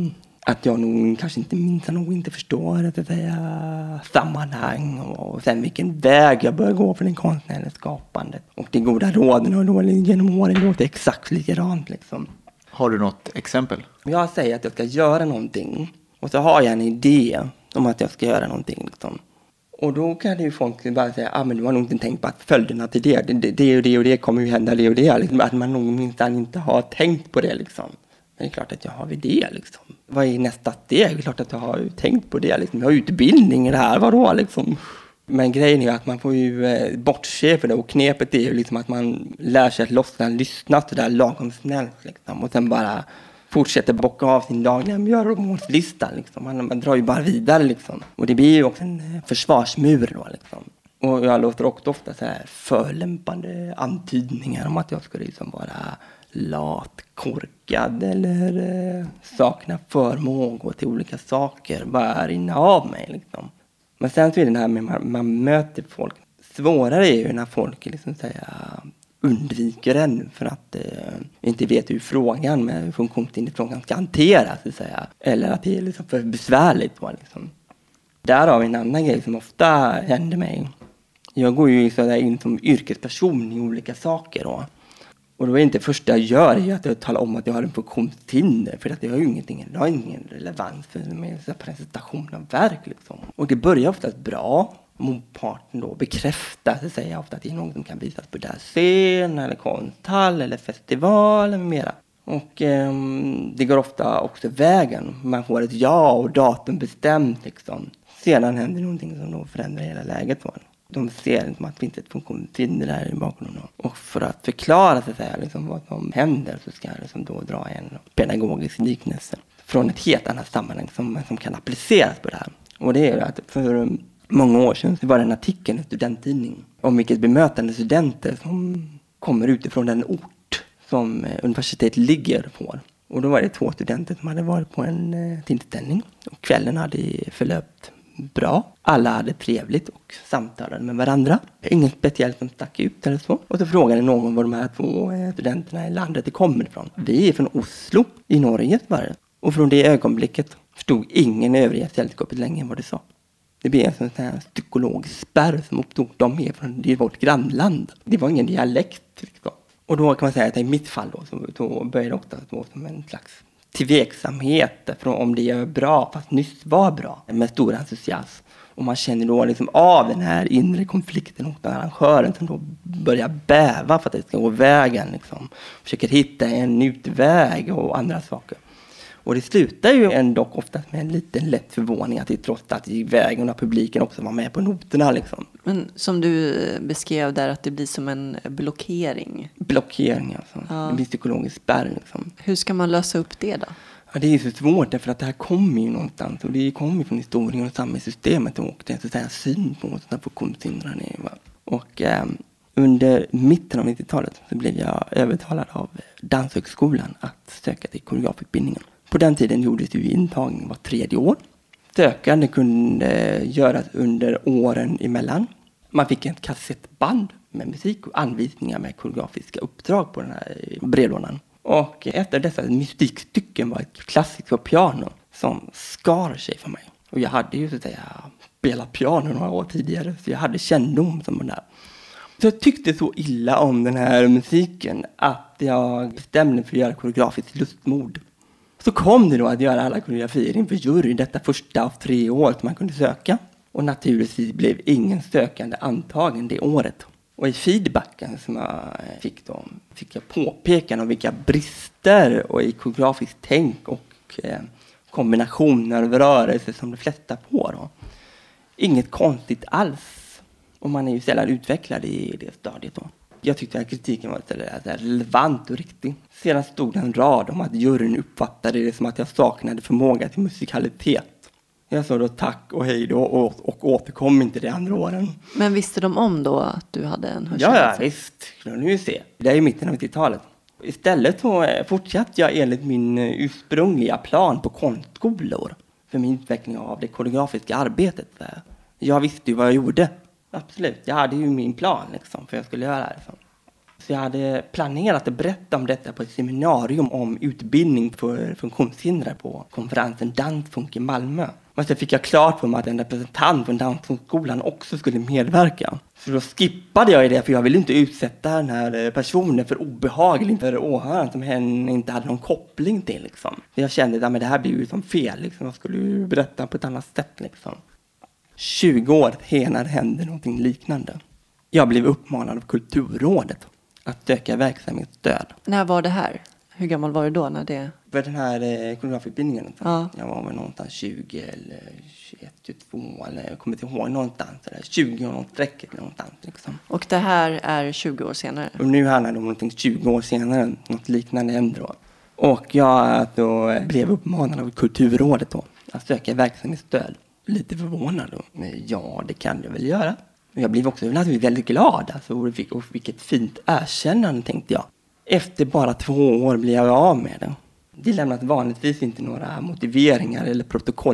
att jag nog kanske inte minns, nog inte förstår att säga, sammanhang och, och sen vilken väg jag bör gå för den konstnärliga skapandet. Och de goda råden och då genom åren låter exakt likadant liksom. Har du något exempel? Jag säger att jag ska göra någonting och så har jag en idé om att jag ska göra någonting liksom. Och då kan det ju folk bara säga, ah, men du har nog inte tänkt på att följderna till det, det, det och det och det kommer ju hända det och det. Liksom, att man nog minst inte har tänkt på det liksom. Men det är klart att jag har idé liksom. Vad är nästa steg? Det är klart att jag har tänkt på det liksom. Jag har utbildning i det här, vadå liksom. Men grejen är ju att man får ju eh, bortse för det. Och knepet är ju liksom att man lär sig att lossna, lyssna så där lagom snällt liksom. Och sen bara fortsätter bocka av sin dagliga göromålslista liksom. Man, man drar ju bara vidare liksom. Och det blir ju också en försvarsmur då liksom. Och jag låter också ofta så här förlämpande antydningar om att jag skulle liksom vara lat, korkad eller eh, sakna förmågor till olika saker. Bara rinna av mig liksom. Men sen så är det här med man, man möter folk. Svårare är ju när folk liksom säger undviker en för att eh, inte vet hur frågan med funktionshinderfrågan ska hanteras så att säga. Eller att det är liksom för besvärligt då, liksom. Där har vi en annan grej som ofta händer mig. Jag går ju så där in som yrkesperson i olika saker då. Och då är inte det första jag gör är att jag talar om att jag har en funktionshinder. För att det har ju ingenting, det har ingen relevans för med presentation av verk liksom. Och det börjar oftast bra. Motparten då bekräftar så säger jag ofta att det är något som kan visas på där scen eller konsthall eller festival eller mera. Och eh, det går ofta också vägen. Man får ett ja och datum bestämt liksom. Sedan händer någonting som då förändrar hela läget på en. De ser som att det finns ett funktionshinder där i bakgrunden. Och för att förklara så säga, liksom, vad som händer så ska jag liksom då dra en pedagogisk liknelse från ett helt annat sammanhang som, som kan appliceras på det här. Och det är att för många år sedan så var det en artikel i en studenttidning om vilket bemötande studenter som kommer utifrån den ort som universitetet ligger på. Och då var det två studenter som hade varit på en eh, tillställning. Och kvällen hade förlöpt bra. Alla hade trevligt och samtalade med varandra. Inget speciellt som stack ut eller så. Och så frågade någon var de här två eh, studenterna i landet kommer ifrån. Vi är från Oslo i Norge var det. Och från det ögonblicket förstod ingen övriga sällskapet längre vad det sa. Det blev en sån här psykologisk spärr som uppstod. De är från det är vårt grannland. Det var ingen dialekt liksom. Och då kan man säga att i mitt fall då, så, så började det också stå som en slags tveksamhet från om det är bra fast nyss var bra med stor entusiasm. Och man känner då liksom av den här inre konflikten hos arrangören som då börjar bäva för att det ska gå vägen liksom. Försöker hitta en utväg och andra saker. Och det slutar ju ändå oftast med en liten lätt förvåning att det trots att i vägen och publiken också var med på noterna liksom. Men som du beskrev där att det blir som en blockering. Blockering alltså. Ja. Det blir psykologisk spärr liksom. Hur ska man lösa upp det då? Ja, det är så svårt därför att det här kommer ju någonstans. Och det kommer från historien och samhällssystemet och det är så att säga syn på sådana funktionshindrade är. Och eh, under mitten av nittiotalet så blev jag övertalad av Danshögskolan att söka till koreografutbildningen. På den tiden gjordes ju intagning var tredje år. Sökande kunde göras under åren emellan. Man fick ett kassettband med musik och anvisningar med koreografiska uppdrag på den här brevlådan. Och ett av dessa musikstycken var ett klassiskt på piano som skar sig för mig. Och jag hade ju så att säga spelat piano några år tidigare så jag hade kännedom som den där. Så jag tyckte så illa om den här musiken att jag bestämde för att göra koreografiskt lustmord. Så kom det då att göra alla koreografier inför jury detta första av tre år som man kunde söka. Och naturligtvis blev ingen sökande antagen det året. Och i feedbacken som jag fick då fick jag påpeka om vilka brister och i koreografiskt tänk och eh, kombinationer av rörelser som de flesta på då. Inget konstigt alls. Och man är ju sällan utvecklad i det stadiet då. Jag tyckte att kritiken var relevant och riktig. Sedan stod en rad om att juryn uppfattade det som att jag saknade förmåga till musikalitet. Jag sa då tack och hej då och, och återkom inte de andra åren. Men visste de om då att du hade en hörsel? Ja, ja visst. Kunde ni ju se. Det är i mitten av nittiotalet. Istället så fortsatte jag enligt min ursprungliga plan på konstskolor för min utveckling av det koreografiska arbetet. Jag visste ju vad jag gjorde. Absolut. Jag hade ju min plan liksom, för jag skulle göra det. Så jag hade planerat att berätta om detta på ett seminarium om utbildning för funktionshindrade på konferensen Dansfunk i Malmö. Men så fick jag klart för mig att en representant från Dansfunkskolan också skulle medverka. Så då skippade jag i det, för jag ville inte utsätta den här personen för obehag inför åhöraren som hen inte hade någon koppling till. Liksom. Så jag kände att det här blir ju som fel. Liksom. Jag skulle ju berätta på ett annat sätt. Liksom. tjugo år senare hände någonting liknande. Jag blev uppmanad av Kulturrådet att söka verksamhetsstöd. När var det här? Hur gammal var du då när det... För den här eh, koreografutbildningen. Ja. Jag var väl någonstans tjugo eller tjugoett, tjugotvå eller jag kommer inte ihåg någonstans. Eller tjugo år sträcket någonstans liksom. Och det här är tjugo år senare? Och nu handlar det om någonting tjugo år senare. Något liknande ändå. Och jag då blev uppmanad av Kulturrådet då att söka verksamhetsstöd. Lite förvånad då. Men ja, det kan jag väl göra. Jag blev också naturligtvis väldigt glad. Alltså, och, fick, och vilket fint erkännande, tänkte jag. Efter bara två år blev jag av med det. Det lämnas vanligtvis inte några motiveringar eller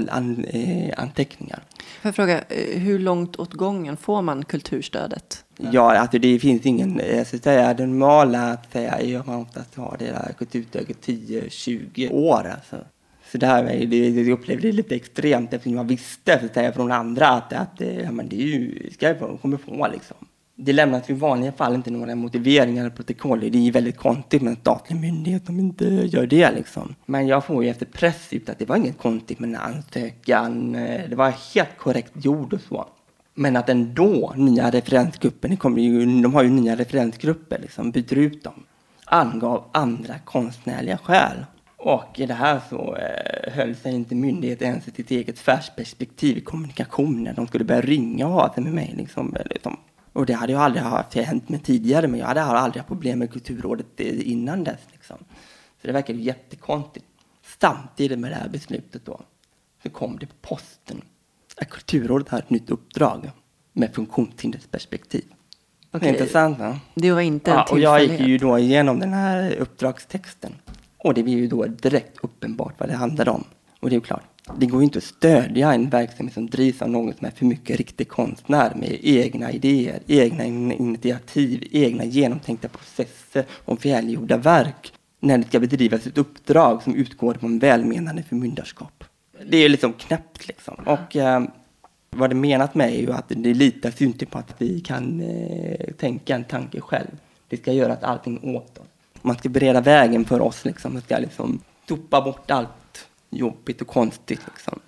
protokollanteckningar. Får jag fråga, hur långt åt gången får man kulturstödet? Ja, alltså det finns ingen, jag ska säga, det normala att säga är att man oftast har det där kulturstödet tio till tjugo år. Alltså. Så det här det, det upplevde det lite extremt eftersom jag visste så säga, från andra att, att ja, men det är ju, ska jag komma på liksom. Det lämnas i vanliga fall inte några motiveringar eller protokoll. Det är väldigt konstigt med en statlig myndighet som inte gör det liksom. Men jag får ju efter press ut att det var inget konstigt med den ansökan. Det var helt korrekt gjord och så. Men att ändå nya referensgrupper, kommer ju, de har ju nya referensgrupper liksom, byter ut dem. Angav andra konstnärliga skäl. Och i det här så eh, höll sig inte myndigheten ens i sitt eget affärsperspektiv i kommunikationen. De skulle börja ringa och ha sig med mig liksom. liksom. Och det hade jag aldrig haft hänt med tidigare, men jag hade aldrig haft problem med Kulturrådet innan dess. Liksom. Så det verkade jättekonstigt. Samtidigt med det här beslutet då, så kom det på posten att Kulturrådet har ett nytt uppdrag med funktionshindersperspektiv. Okay. Det är intressant, va? Det var inte en ja, och jag tillfällighet. gick ju då igenom den här uppdragstexten. Och det blev ju då direkt uppenbart vad det handlade om. Och det är ju klart, det går ju inte att stödja en verksamhet som drivs av någon som är för mycket riktig konstnär med egna idéer, egna initiativ, egna genomtänkta processer och välgjorda verk när det ska bedrivas ett uppdrag som utgår från välmenande förmyndarskap. Det är liksom knäppt liksom. Och eh, vad det menat med är ju att det litas ju inte på att vi kan eh, tänka en tanke själv. Det ska göra att allting åt oss. Man ska bereda vägen för oss liksom. Man ska liksom sopa bort allt jobbigt och konstigt liksom.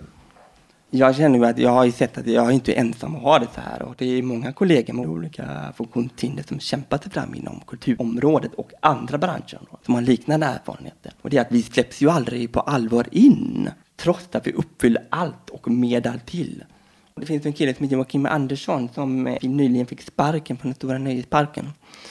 Jag känner ju att jag har ju sett att jag är inte ensam att ha det så här. Och det är många kollegor med olika funktionshinder som kämpar sig fram inom kulturområdet och andra branscher då, som har liknande erfarenheter. Och det är att vi släpps ju aldrig på allvar in. Trots att vi uppfyller allt och mer till. Det finns en kille som heter Joakim Andersson som nyligen fick sparken på den stora nöjesparken.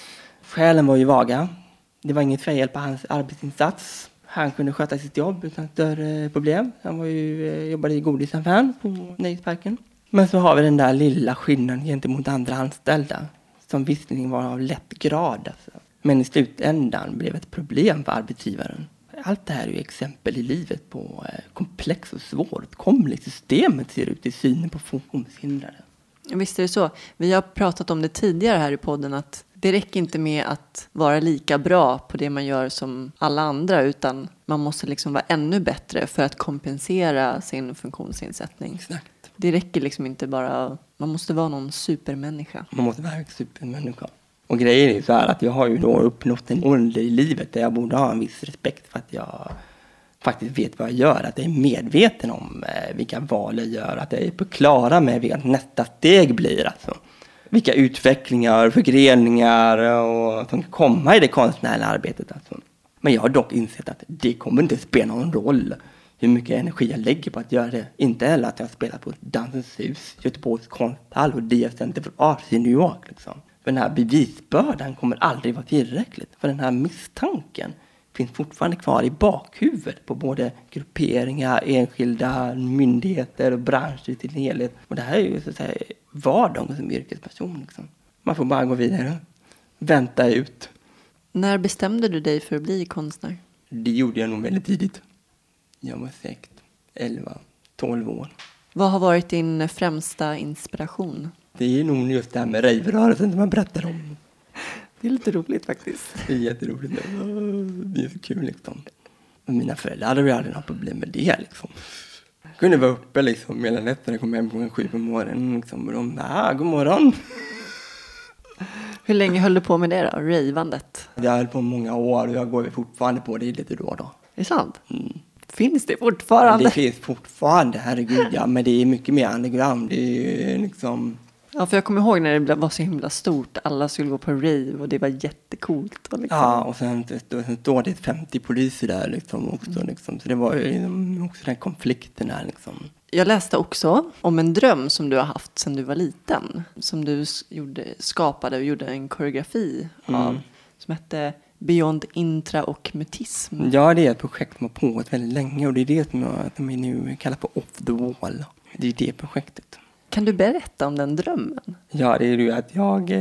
Skälen var ju vaga. Det var inget fel på hans arbetsinsats. Han kunde sköta sitt jobb utan större problem. Han var ju, jobbade i godisaffären på nöjesparken. Men så har vi den där lilla skillnaden gentemot andra anställda. Som visserligen var av lätt grad. Alltså. Men i slutändan blev ett problem för arbetsgivaren. Allt det här är ju exempel i livet på komplex och svåråtkomligt systemet ser ut i synen på funktionshindrade. Visst är det så. Vi har pratat om det tidigare här i podden att det räcker inte med att vara lika bra på det man gör som alla andra utan man måste liksom vara ännu bättre för att kompensera sin funktionsnedsättning. Exakt. Det räcker liksom inte bara, man måste vara någon supermänniska. Man måste vara en supermänniska. Och grejen är så här att jag har ju då uppnått en ålder i livet där jag borde ha en viss respekt för att jag faktiskt vet vad jag gör. Att jag är medveten om eh, vilka val jag gör. Att jag är på klara med vilka nästa steg blir. Alltså. Vilka utvecklingar, förgreningar och som kan komma i det konstnärliga arbetet. Alltså. Men jag har dock insett att det kommer inte spela någon roll hur mycket energi jag lägger på att göra det. Inte heller att jag spelar på Dansens hus, Göteborgs konsthall och D F Center for Arts i New York. Liksom. För den här bevisbördan kommer aldrig vara tillräckligt. För den här misstanken finns fortfarande kvar i bakhuvudet på både grupperingar, enskilda myndigheter och branscher till helhet. Och det här är ju så att säga vardagen som yrkesperson. Liksom. Man får bara gå vidare. Vänta ut. När bestämde du dig för att bli konstnär? Det gjorde jag nog väldigt tidigt. Jag var säkert elva tolv år. Vad har varit din främsta inspiration? Det är nog just det här med rave-rörelsen som man berättar om. Det är lite roligt faktiskt. Det är jätteroligt. Det är så kul liksom. Och mina föräldrar hade väl aldrig några problem med det liksom. Jag kunde vara uppe liksom hela nätten när jag kom hem klockan sju på morgonen. Liksom, och de ah, god morgon. Hur länge höll du på med det då? Ravandet? Jag höll på många år och jag går fortfarande på det lite då och då. Är det sant? Mm. Finns det fortfarande? Det finns fortfarande, herregud. Ja, men det är mycket mer underground. Det är liksom... Ja, för jag kommer ihåg när det var så himla stort. Alla skulle gå på rave och det var jättecoolt. Och liksom. Ja, och sen, sen står det femtio poliser där liksom också. Mm. Liksom. Så det var ju också den konflikten här liksom. Jag läste också om en dröm som du har haft sedan du var liten. Som du gjorde, skapade och gjorde en koreografi mm. av. Som hette Beyond Intra och Mutism. Ja, det är ett projekt som har pågått väldigt länge. Och det är det som jag, som jag nu kallar för Off the Wall. Det är det projektet. Kan du berätta om den drömmen? Ja, det är ju att jag...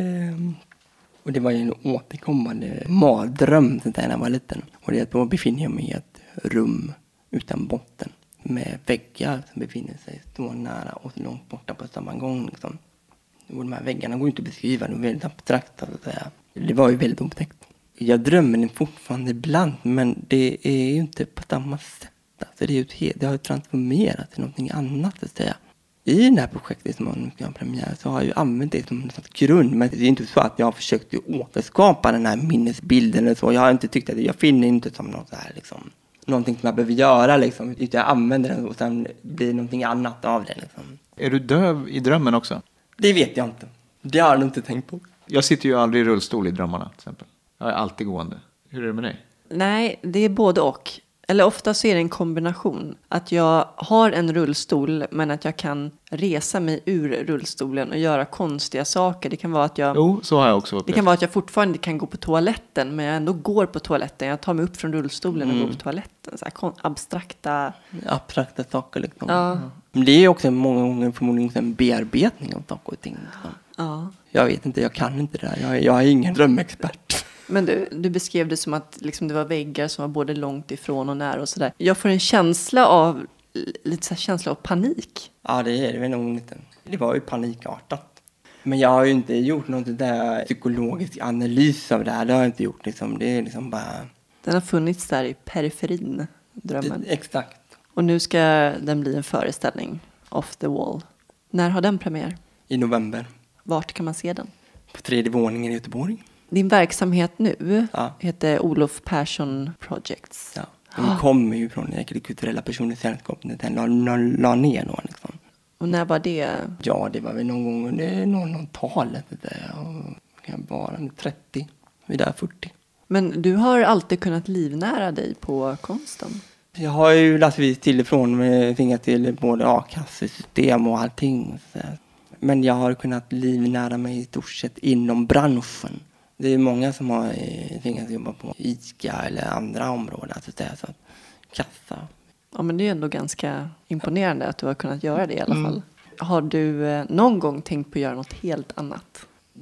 Och det var ju en återkommande mardröm när jag var liten. Och det är att då befinner jag mig i ett rum utan botten. Med väggar som befinner sig så nära och så långt borta på samma gång. Liksom. Och de här väggarna går inte att beskriva, de är väldigt abstrakta så att säga. Det var ju väldigt otäckt. Jag drömmer den fortfarande ibland, men det är ju inte på samma sätt. Alltså det, är ju, det har ju transformerat till någonting annat så att säga. I det här projektet som man ska ha premiär så har jag ju använt det som en slags grund. Men det är inte så att jag har försökt återskapa den här minnesbilden eller så. Jag har inte tyckt att jag finner inte som något så här liksom... Någonting som jag behöver göra liksom. Jag använder den och sen blir någonting annat av det liksom. Är du döv i drömmen också? Det vet jag inte. Det har jag inte tänkt på. Jag sitter ju aldrig i rullstol i drömmarna till exempel. Jag är alltid gående. Hur är det med dig? Nej, det är både och. Eller ofta så är det en kombination. Att jag har en rullstol men att jag kan resa mig ur rullstolen och göra konstiga saker. Det kan vara att jag, jo, så har jag också upplevt. Det kan vara att jag fortfarande kan gå på toaletten men jag ändå går på toaletten. Jag tar mig upp från rullstolen mm. och går på toaletten. Så här kon- abstrakta... Abstrakta saker liksom. Ja. Men det är också många gånger förmodligen en bearbetning av saker och ting. Liksom. Ja. Jag vet inte, jag kan inte det där. Jag, jag är ingen drömexpert. Men du, du beskrev det som att liksom, det var väggar som var både långt ifrån och nära och sådär. Jag får en känsla av, lite så här känsla av panik. Ja, det är det väl nog lite. Det var ju panikartat. Men jag har ju inte gjort något där psykologisk analys av det här. Det har jag inte gjort liksom. Det är liksom bara... Den har funnits där i periferin, drömmen. Det, exakt. Och nu ska den bli en föreställning, Off the Wall. När har den premiär? I november. Vart kan man se den? På tredje våningen i Göteborg. Din verksamhet nu ja. heter Olof Persson Projects. Ja, de kommer ju från det kulturella personligt sällskap när den la, la, la ner då liksom. Och när var det? Ja, det var väl någon gång under någon, någon talet där. Jag var trettio, vi där fyrtio. Men du har alltid kunnat livnära dig på konsten? Jag har ju lastvis till ifrån med fingar till både a-kassesystem och allting. Så. Men jag har kunnat livnära mig i stort sett inom branschen. Det är många som har tvingats jobba på ICA eller andra områden. Så att säga, så att kassa. Ja, men det är ändå ganska imponerande att du har kunnat göra det i alla fall. Mm. Har du eh, någon gång tänkt på att göra något helt annat?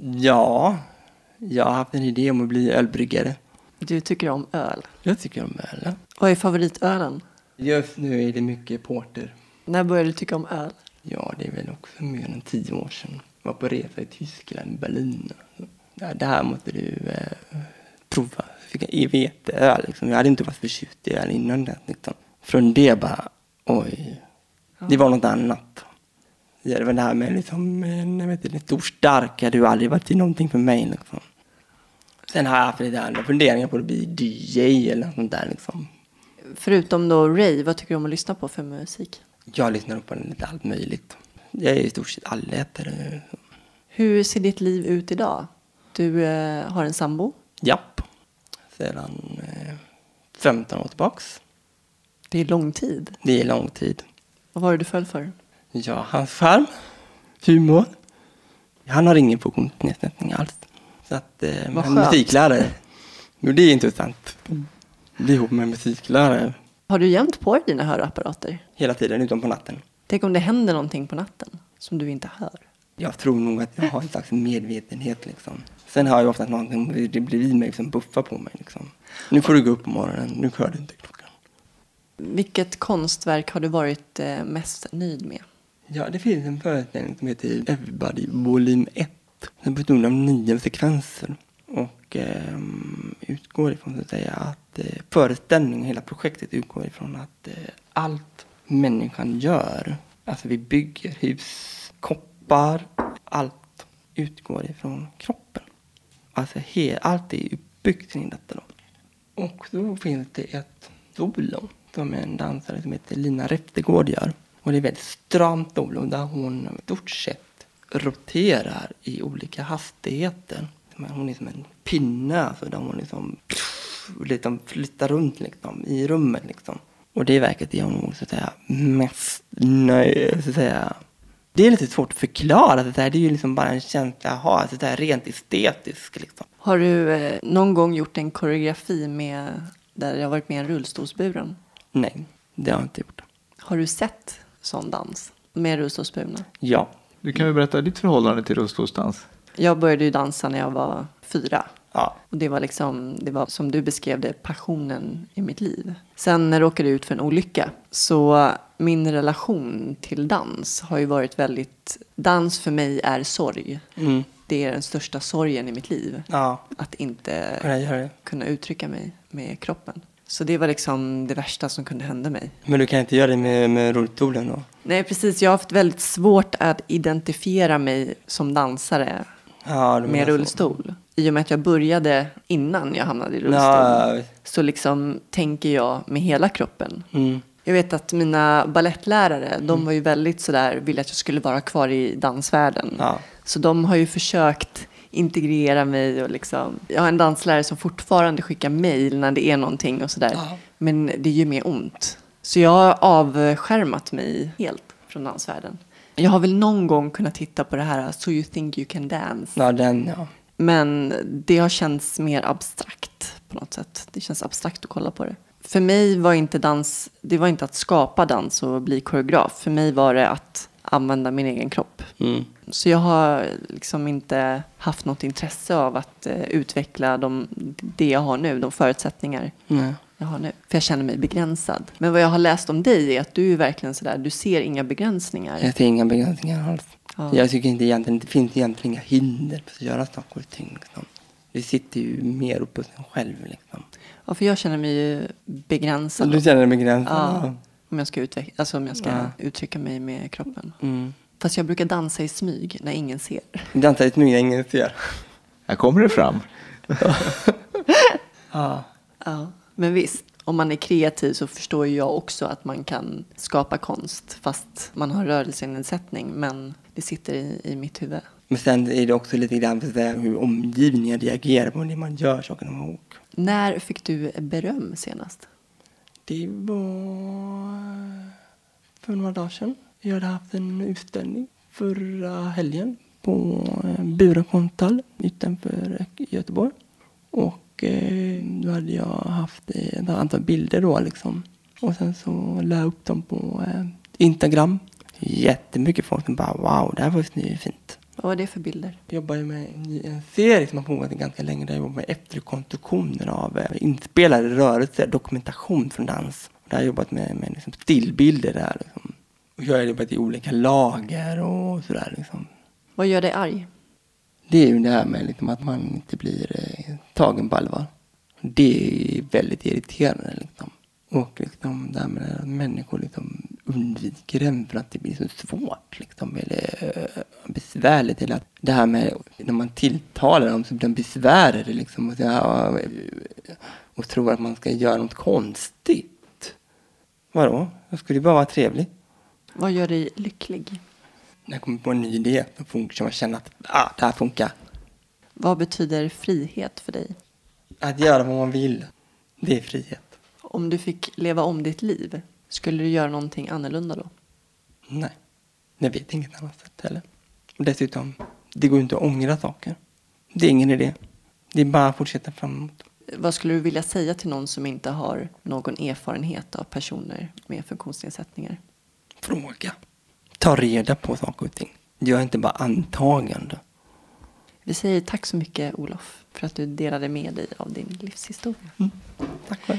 Ja, jag har haft en idé om att bli ölbryggare. Du tycker om öl? Jag tycker om öl, ja. Vad är favoritölen? Just nu är det mycket porter. När började du tycka om öl? Ja, det är väl också mer än tio år sedan. Jag var på resa i Tyskland, Berlin. Ja, det här måste du eh, prova. Fick jag veteöl liksom. Jag hade inte varit förtjust i öl innan det. Liksom. Från det bara, oj. Ja. Det var något annat. Det var det här med liksom, jag vet inte, stor stark. Det hade aldrig varit någonting för mig liksom. Sen har jag haft lite andra funderingar på att bli D J eller något sånt där liksom. Förutom då Ray, vad tycker du om att lyssna på för musik? Jag lyssnar på lite allt möjligt. Jag är i stort sett allätare. Hur ser ditt liv ut idag? Du eh, har en sambo. Japp. Sedan eh, femton år tillbaks. Det är lång tid. Det är lång tid. Vad var det du föll för? Ja, hans charm. Humor. Han har ingen funktionsnedsättning alls. Så att, eh, Vad men skönt. musiklärare. Jo, det är intressant. Bli ihop med musiklärare Har du jämt på dig dina hörapparater? hela tiden, utom på natten. Tänk om det händer någonting på natten som du inte hör. Jag tror nog att jag har en slags medvetenhet liksom. Sen har jag ofta någonting, det blir mig som buffar på mig liksom. Nu får du gå upp på morgonen, nu hör du inte klockan. Vilket konstverk har du varit eh, mest nöjd med? Ja, det finns en föreställning som heter Everybody volym ett. Den består av nio sekvenser. Och eh, utgår ifrån så att säga att eh, föreställningen, hela projektet utgår ifrån att eh, allt människan gör, alltså vi bygger hus, koppar, allt utgår ifrån kroppen. Alltså he, allt är uppbyggt kring detta då. Och då finns det ett solo som en dansare som heter Lina Räftegård gör. Och det är väldigt stramt solo där hon i stort sett roterar i olika hastigheter. Hon är som en pinne, alltså där hon liksom, liksom flyttar runt liksom, i rummet. Liksom. Och det verket är hon nog så att säga mest nöjd, så att säga. Det är lite svårt att förklara, så att säga. Det är ju liksom bara en känsla att ha, så att säga, rent estetisk. Liksom. Har du eh, någon gång gjort en koreografi med, där jag har varit med i en rullstolsburen? Nej, det har jag inte gjort. Har du sett sån dans med rullstolsburna? Ja. Du kan väl berätta ditt förhållande till rullstolsdans? Jag började ju dansa när jag var fyra. Ja. Och det var liksom, det var som du beskrev det, passionen i mitt liv. Sen när jag råkade ut för en olycka, så min relation till dans har ju varit väldigt, dans för mig är sorg. Mm. Det är den största sorgen i mitt liv. Ja, Att inte kan jag göra det? kunna uttrycka mig med kroppen. Så det var liksom det värsta som kunde hända mig. Men du kan inte göra det med, med rullstolen då? Nej, precis. Jag har haft väldigt svårt att identifiera mig som dansare Ja, du med menar så. rullstol. I och med att jag började innan jag hamnade i rullstol. Ja, Så liksom tänker jag med hela kroppen. mm. Jag vet att mina ballettlärare, mm. de var ju väldigt sådär, ville att jag skulle vara kvar i dansvärlden. Ja. Så de har ju försökt integrera mig och liksom, jag har en danslärare som fortfarande skickar mejl när det är någonting och sådär. Ja. Men det gör mer ont. Så jag har avskärmat mig helt från dansvärlden. Jag har väl någon gång kunnat titta på det här So You Think You Can Dance. Ja, den, ja. Men det har känts mer abstrakt på något sätt. Det känns abstrakt att kolla på det. För mig var inte dans, det var inte att skapa dans och bli koreograf. För mig var det att använda min egen kropp. Mm. Så jag har liksom inte haft något intresse av att eh, utveckla de, det jag har nu, de förutsättningar Nej. jag har nu. För jag känner mig begränsad. Men vad jag har läst om dig är att du är verkligen sådär, du ser inga begränsningar. Jag ser inga begränsningar alls. Ja. Jag tycker inte egentligen, det finns egentligen inga hinder för att göra saker och ting. Liksom. Det sitter ju mer upp på sig själv. Liksom. Ja, för jag känner mig ju begränsad. Du känner dig begränsad? Ja, om jag ska, utveck- alltså om jag ska Ja. uttrycka mig med kroppen. Mm. Fast jag brukar dansa i smyg när ingen ser. Dansa i smyg när ingen ser. Här kommer det fram. Ja. Ja, men visst. Om man är kreativ så förstår ju jag också att man kan skapa konst fast man har rörelsenedsättning. Men det sitter i, i mitt huvud. Men sen är det också lite grann för att säga hur omgivningen reagerar på det man gör sakerna ihop. När fick du beröm senast? Det var för några dagar sedan. Jag hade haft en utställning förra helgen på Bura Kontal utanför Göteborg. Och eh, då hade jag haft ett antal bilder då liksom. Och sen så la jag upp dem på eh, Instagram. Jättemycket folk som bara wow, det här var ju fint. Vad var det för bilder? Jag jobbar ju med en serie som har pågått ganska länge där jag jobbar med efterkonstruktioner av eh, inspelade rörelser, dokumentation från dans. Där har jag jobbat med, med liksom stillbilder där liksom. Och jag har jobbat i olika lager och sådär liksom. Vad gör dig arg? Det är ju det här med liksom att man inte blir eh, tagen på allvar. Det är väldigt irriterande liksom. Och liksom det här med att människor liksom undviker den för att det blir så svårt liksom, eller uh, besvärligt. Eller att det här med när man tilltalar dem så blir de besvärade liksom, och, så, uh, och tror att man ska göra något konstigt. Vadå? Jag skulle ju bara vara trevlig. Vad gör dig lycklig? När jag kommer på en ny idé så funkar man känna att ah, det här funkar. Vad betyder frihet för dig? Att göra vad man vill, det är frihet. Om du fick leva om ditt liv, skulle du göra någonting annorlunda då? Nej, jag vet inget annat sätt heller. Och dessutom, det går inte att ångra saker. Det är ingen idé. Det är bara att fortsätta framåt. Vad skulle du vilja säga till någon som inte har någon erfarenhet av personer med funktionsnedsättningar? Fråga. Ta reda på saker och ting. Gör inte bara antagande. Vi säger tack så mycket, Olof, för att du delade med dig av din livshistoria. Mm. Tack för det.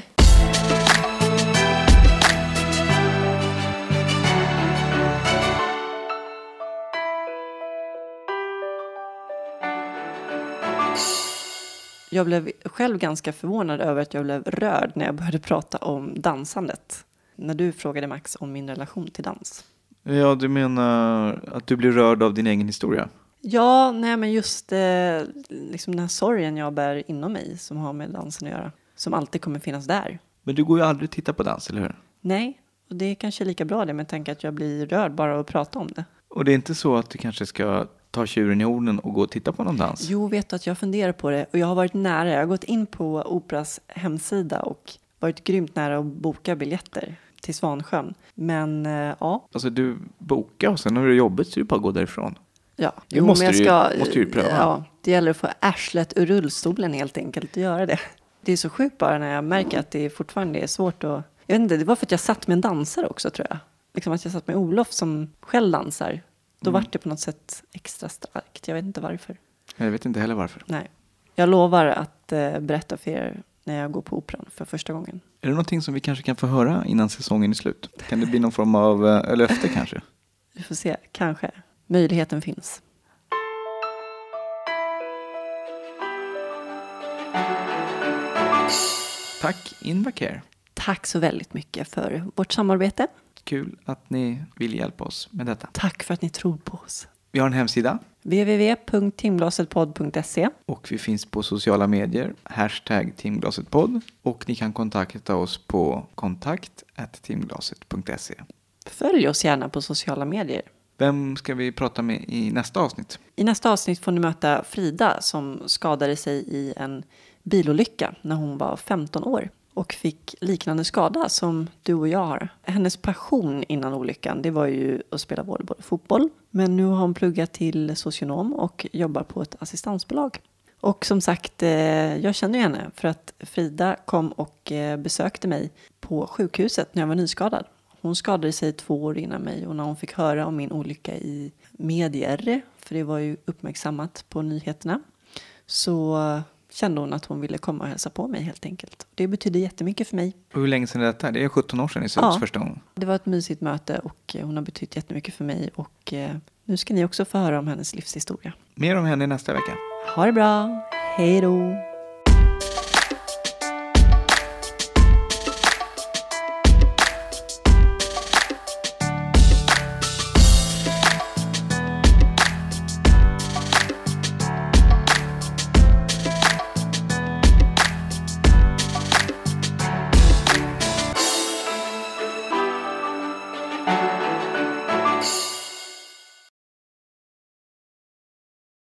Jag blev själv ganska förvånad över att jag blev rörd när jag började prata om dansandet. När du frågade Max om min relation till dans. Ja, du menar att du blir rörd av din egen historia? Ja, nej men just eh, liksom den här sorgen jag bär inom mig som har med dansen att göra. Som alltid kommer finnas där. Men du går ju aldrig att titta på dans, eller hur? Nej, och det är kanske lika bra det med tanke att jag blir rörd bara av att prata om det. Och det är inte så att du kanske ska ta tjuren i orden och gå och titta på någon dans? Jo, vet du att jag funderar på det och jag har varit nära. Jag har gått in på Operas hemsida och varit grymt nära att boka biljetter till Svansjön. Men äh, ja. Alltså du bokar och sen när du jobbet så är det bara att gå därifrån. Ja, det måste, men jag ska, du, måste du pröva. Ja, det gäller att få arslet ur rullstolen helt enkelt att göra det. Det är så sjukt bara när jag märker att det fortfarande är svårt att... Jag vet inte, det var för att jag satt med en dansare också tror jag. Liksom att jag satt med Olof som själv dansar. Då Mm. var det på något sätt extra starkt. Jag vet inte varför. Jag vet inte heller varför. Nej. Jag lovar att eh, berätta för er när jag går på operan för första gången. Är det någonting som vi kanske kan få höra innan säsongen är slut? Kan det bli någon form av äh, löfte kanske? Vi får se, kanske. Möjligheten finns. Tack Invacare. Tack så väldigt mycket för vårt samarbete. Kul att ni vill hjälpa oss med detta. Tack för att ni tror på oss. Vi har en hemsida. w w w punkt timglasetpodd punkt se Och vi finns på sociala medier. Hashtag timglasetpodd. Och ni kan kontakta oss på kontakt at timglaset punkt se. Följ oss gärna på sociala medier. Vem ska vi prata med i nästa avsnitt? I nästa avsnitt får ni möta Frida som skadade sig i en bilolycka när hon var femton år. Och fick liknande skada som du och jag har. Hennes passion innan olyckan, det var ju att spela volleyboll och fotboll. Men nu har hon pluggat till socionom och jobbar på ett assistansbolag. Och som sagt, jag känner henne för att Frida kom och besökte mig på sjukhuset när jag var nyskadad. Hon skadade sig två år innan mig och när hon fick höra om min olycka i medier, för det var ju uppmärksammat på nyheterna, så kände hon att hon ville komma och hälsa på mig helt enkelt. Det betyder jättemycket för mig. Och hur länge sedan är detta? Det är sjutton år sedan i Söds Ja. första gången. Det var ett mysigt möte och hon har betytt jättemycket för mig och nu ska ni också få höra om hennes livshistoria. Mer om henne nästa vecka. Ha det bra, hej då!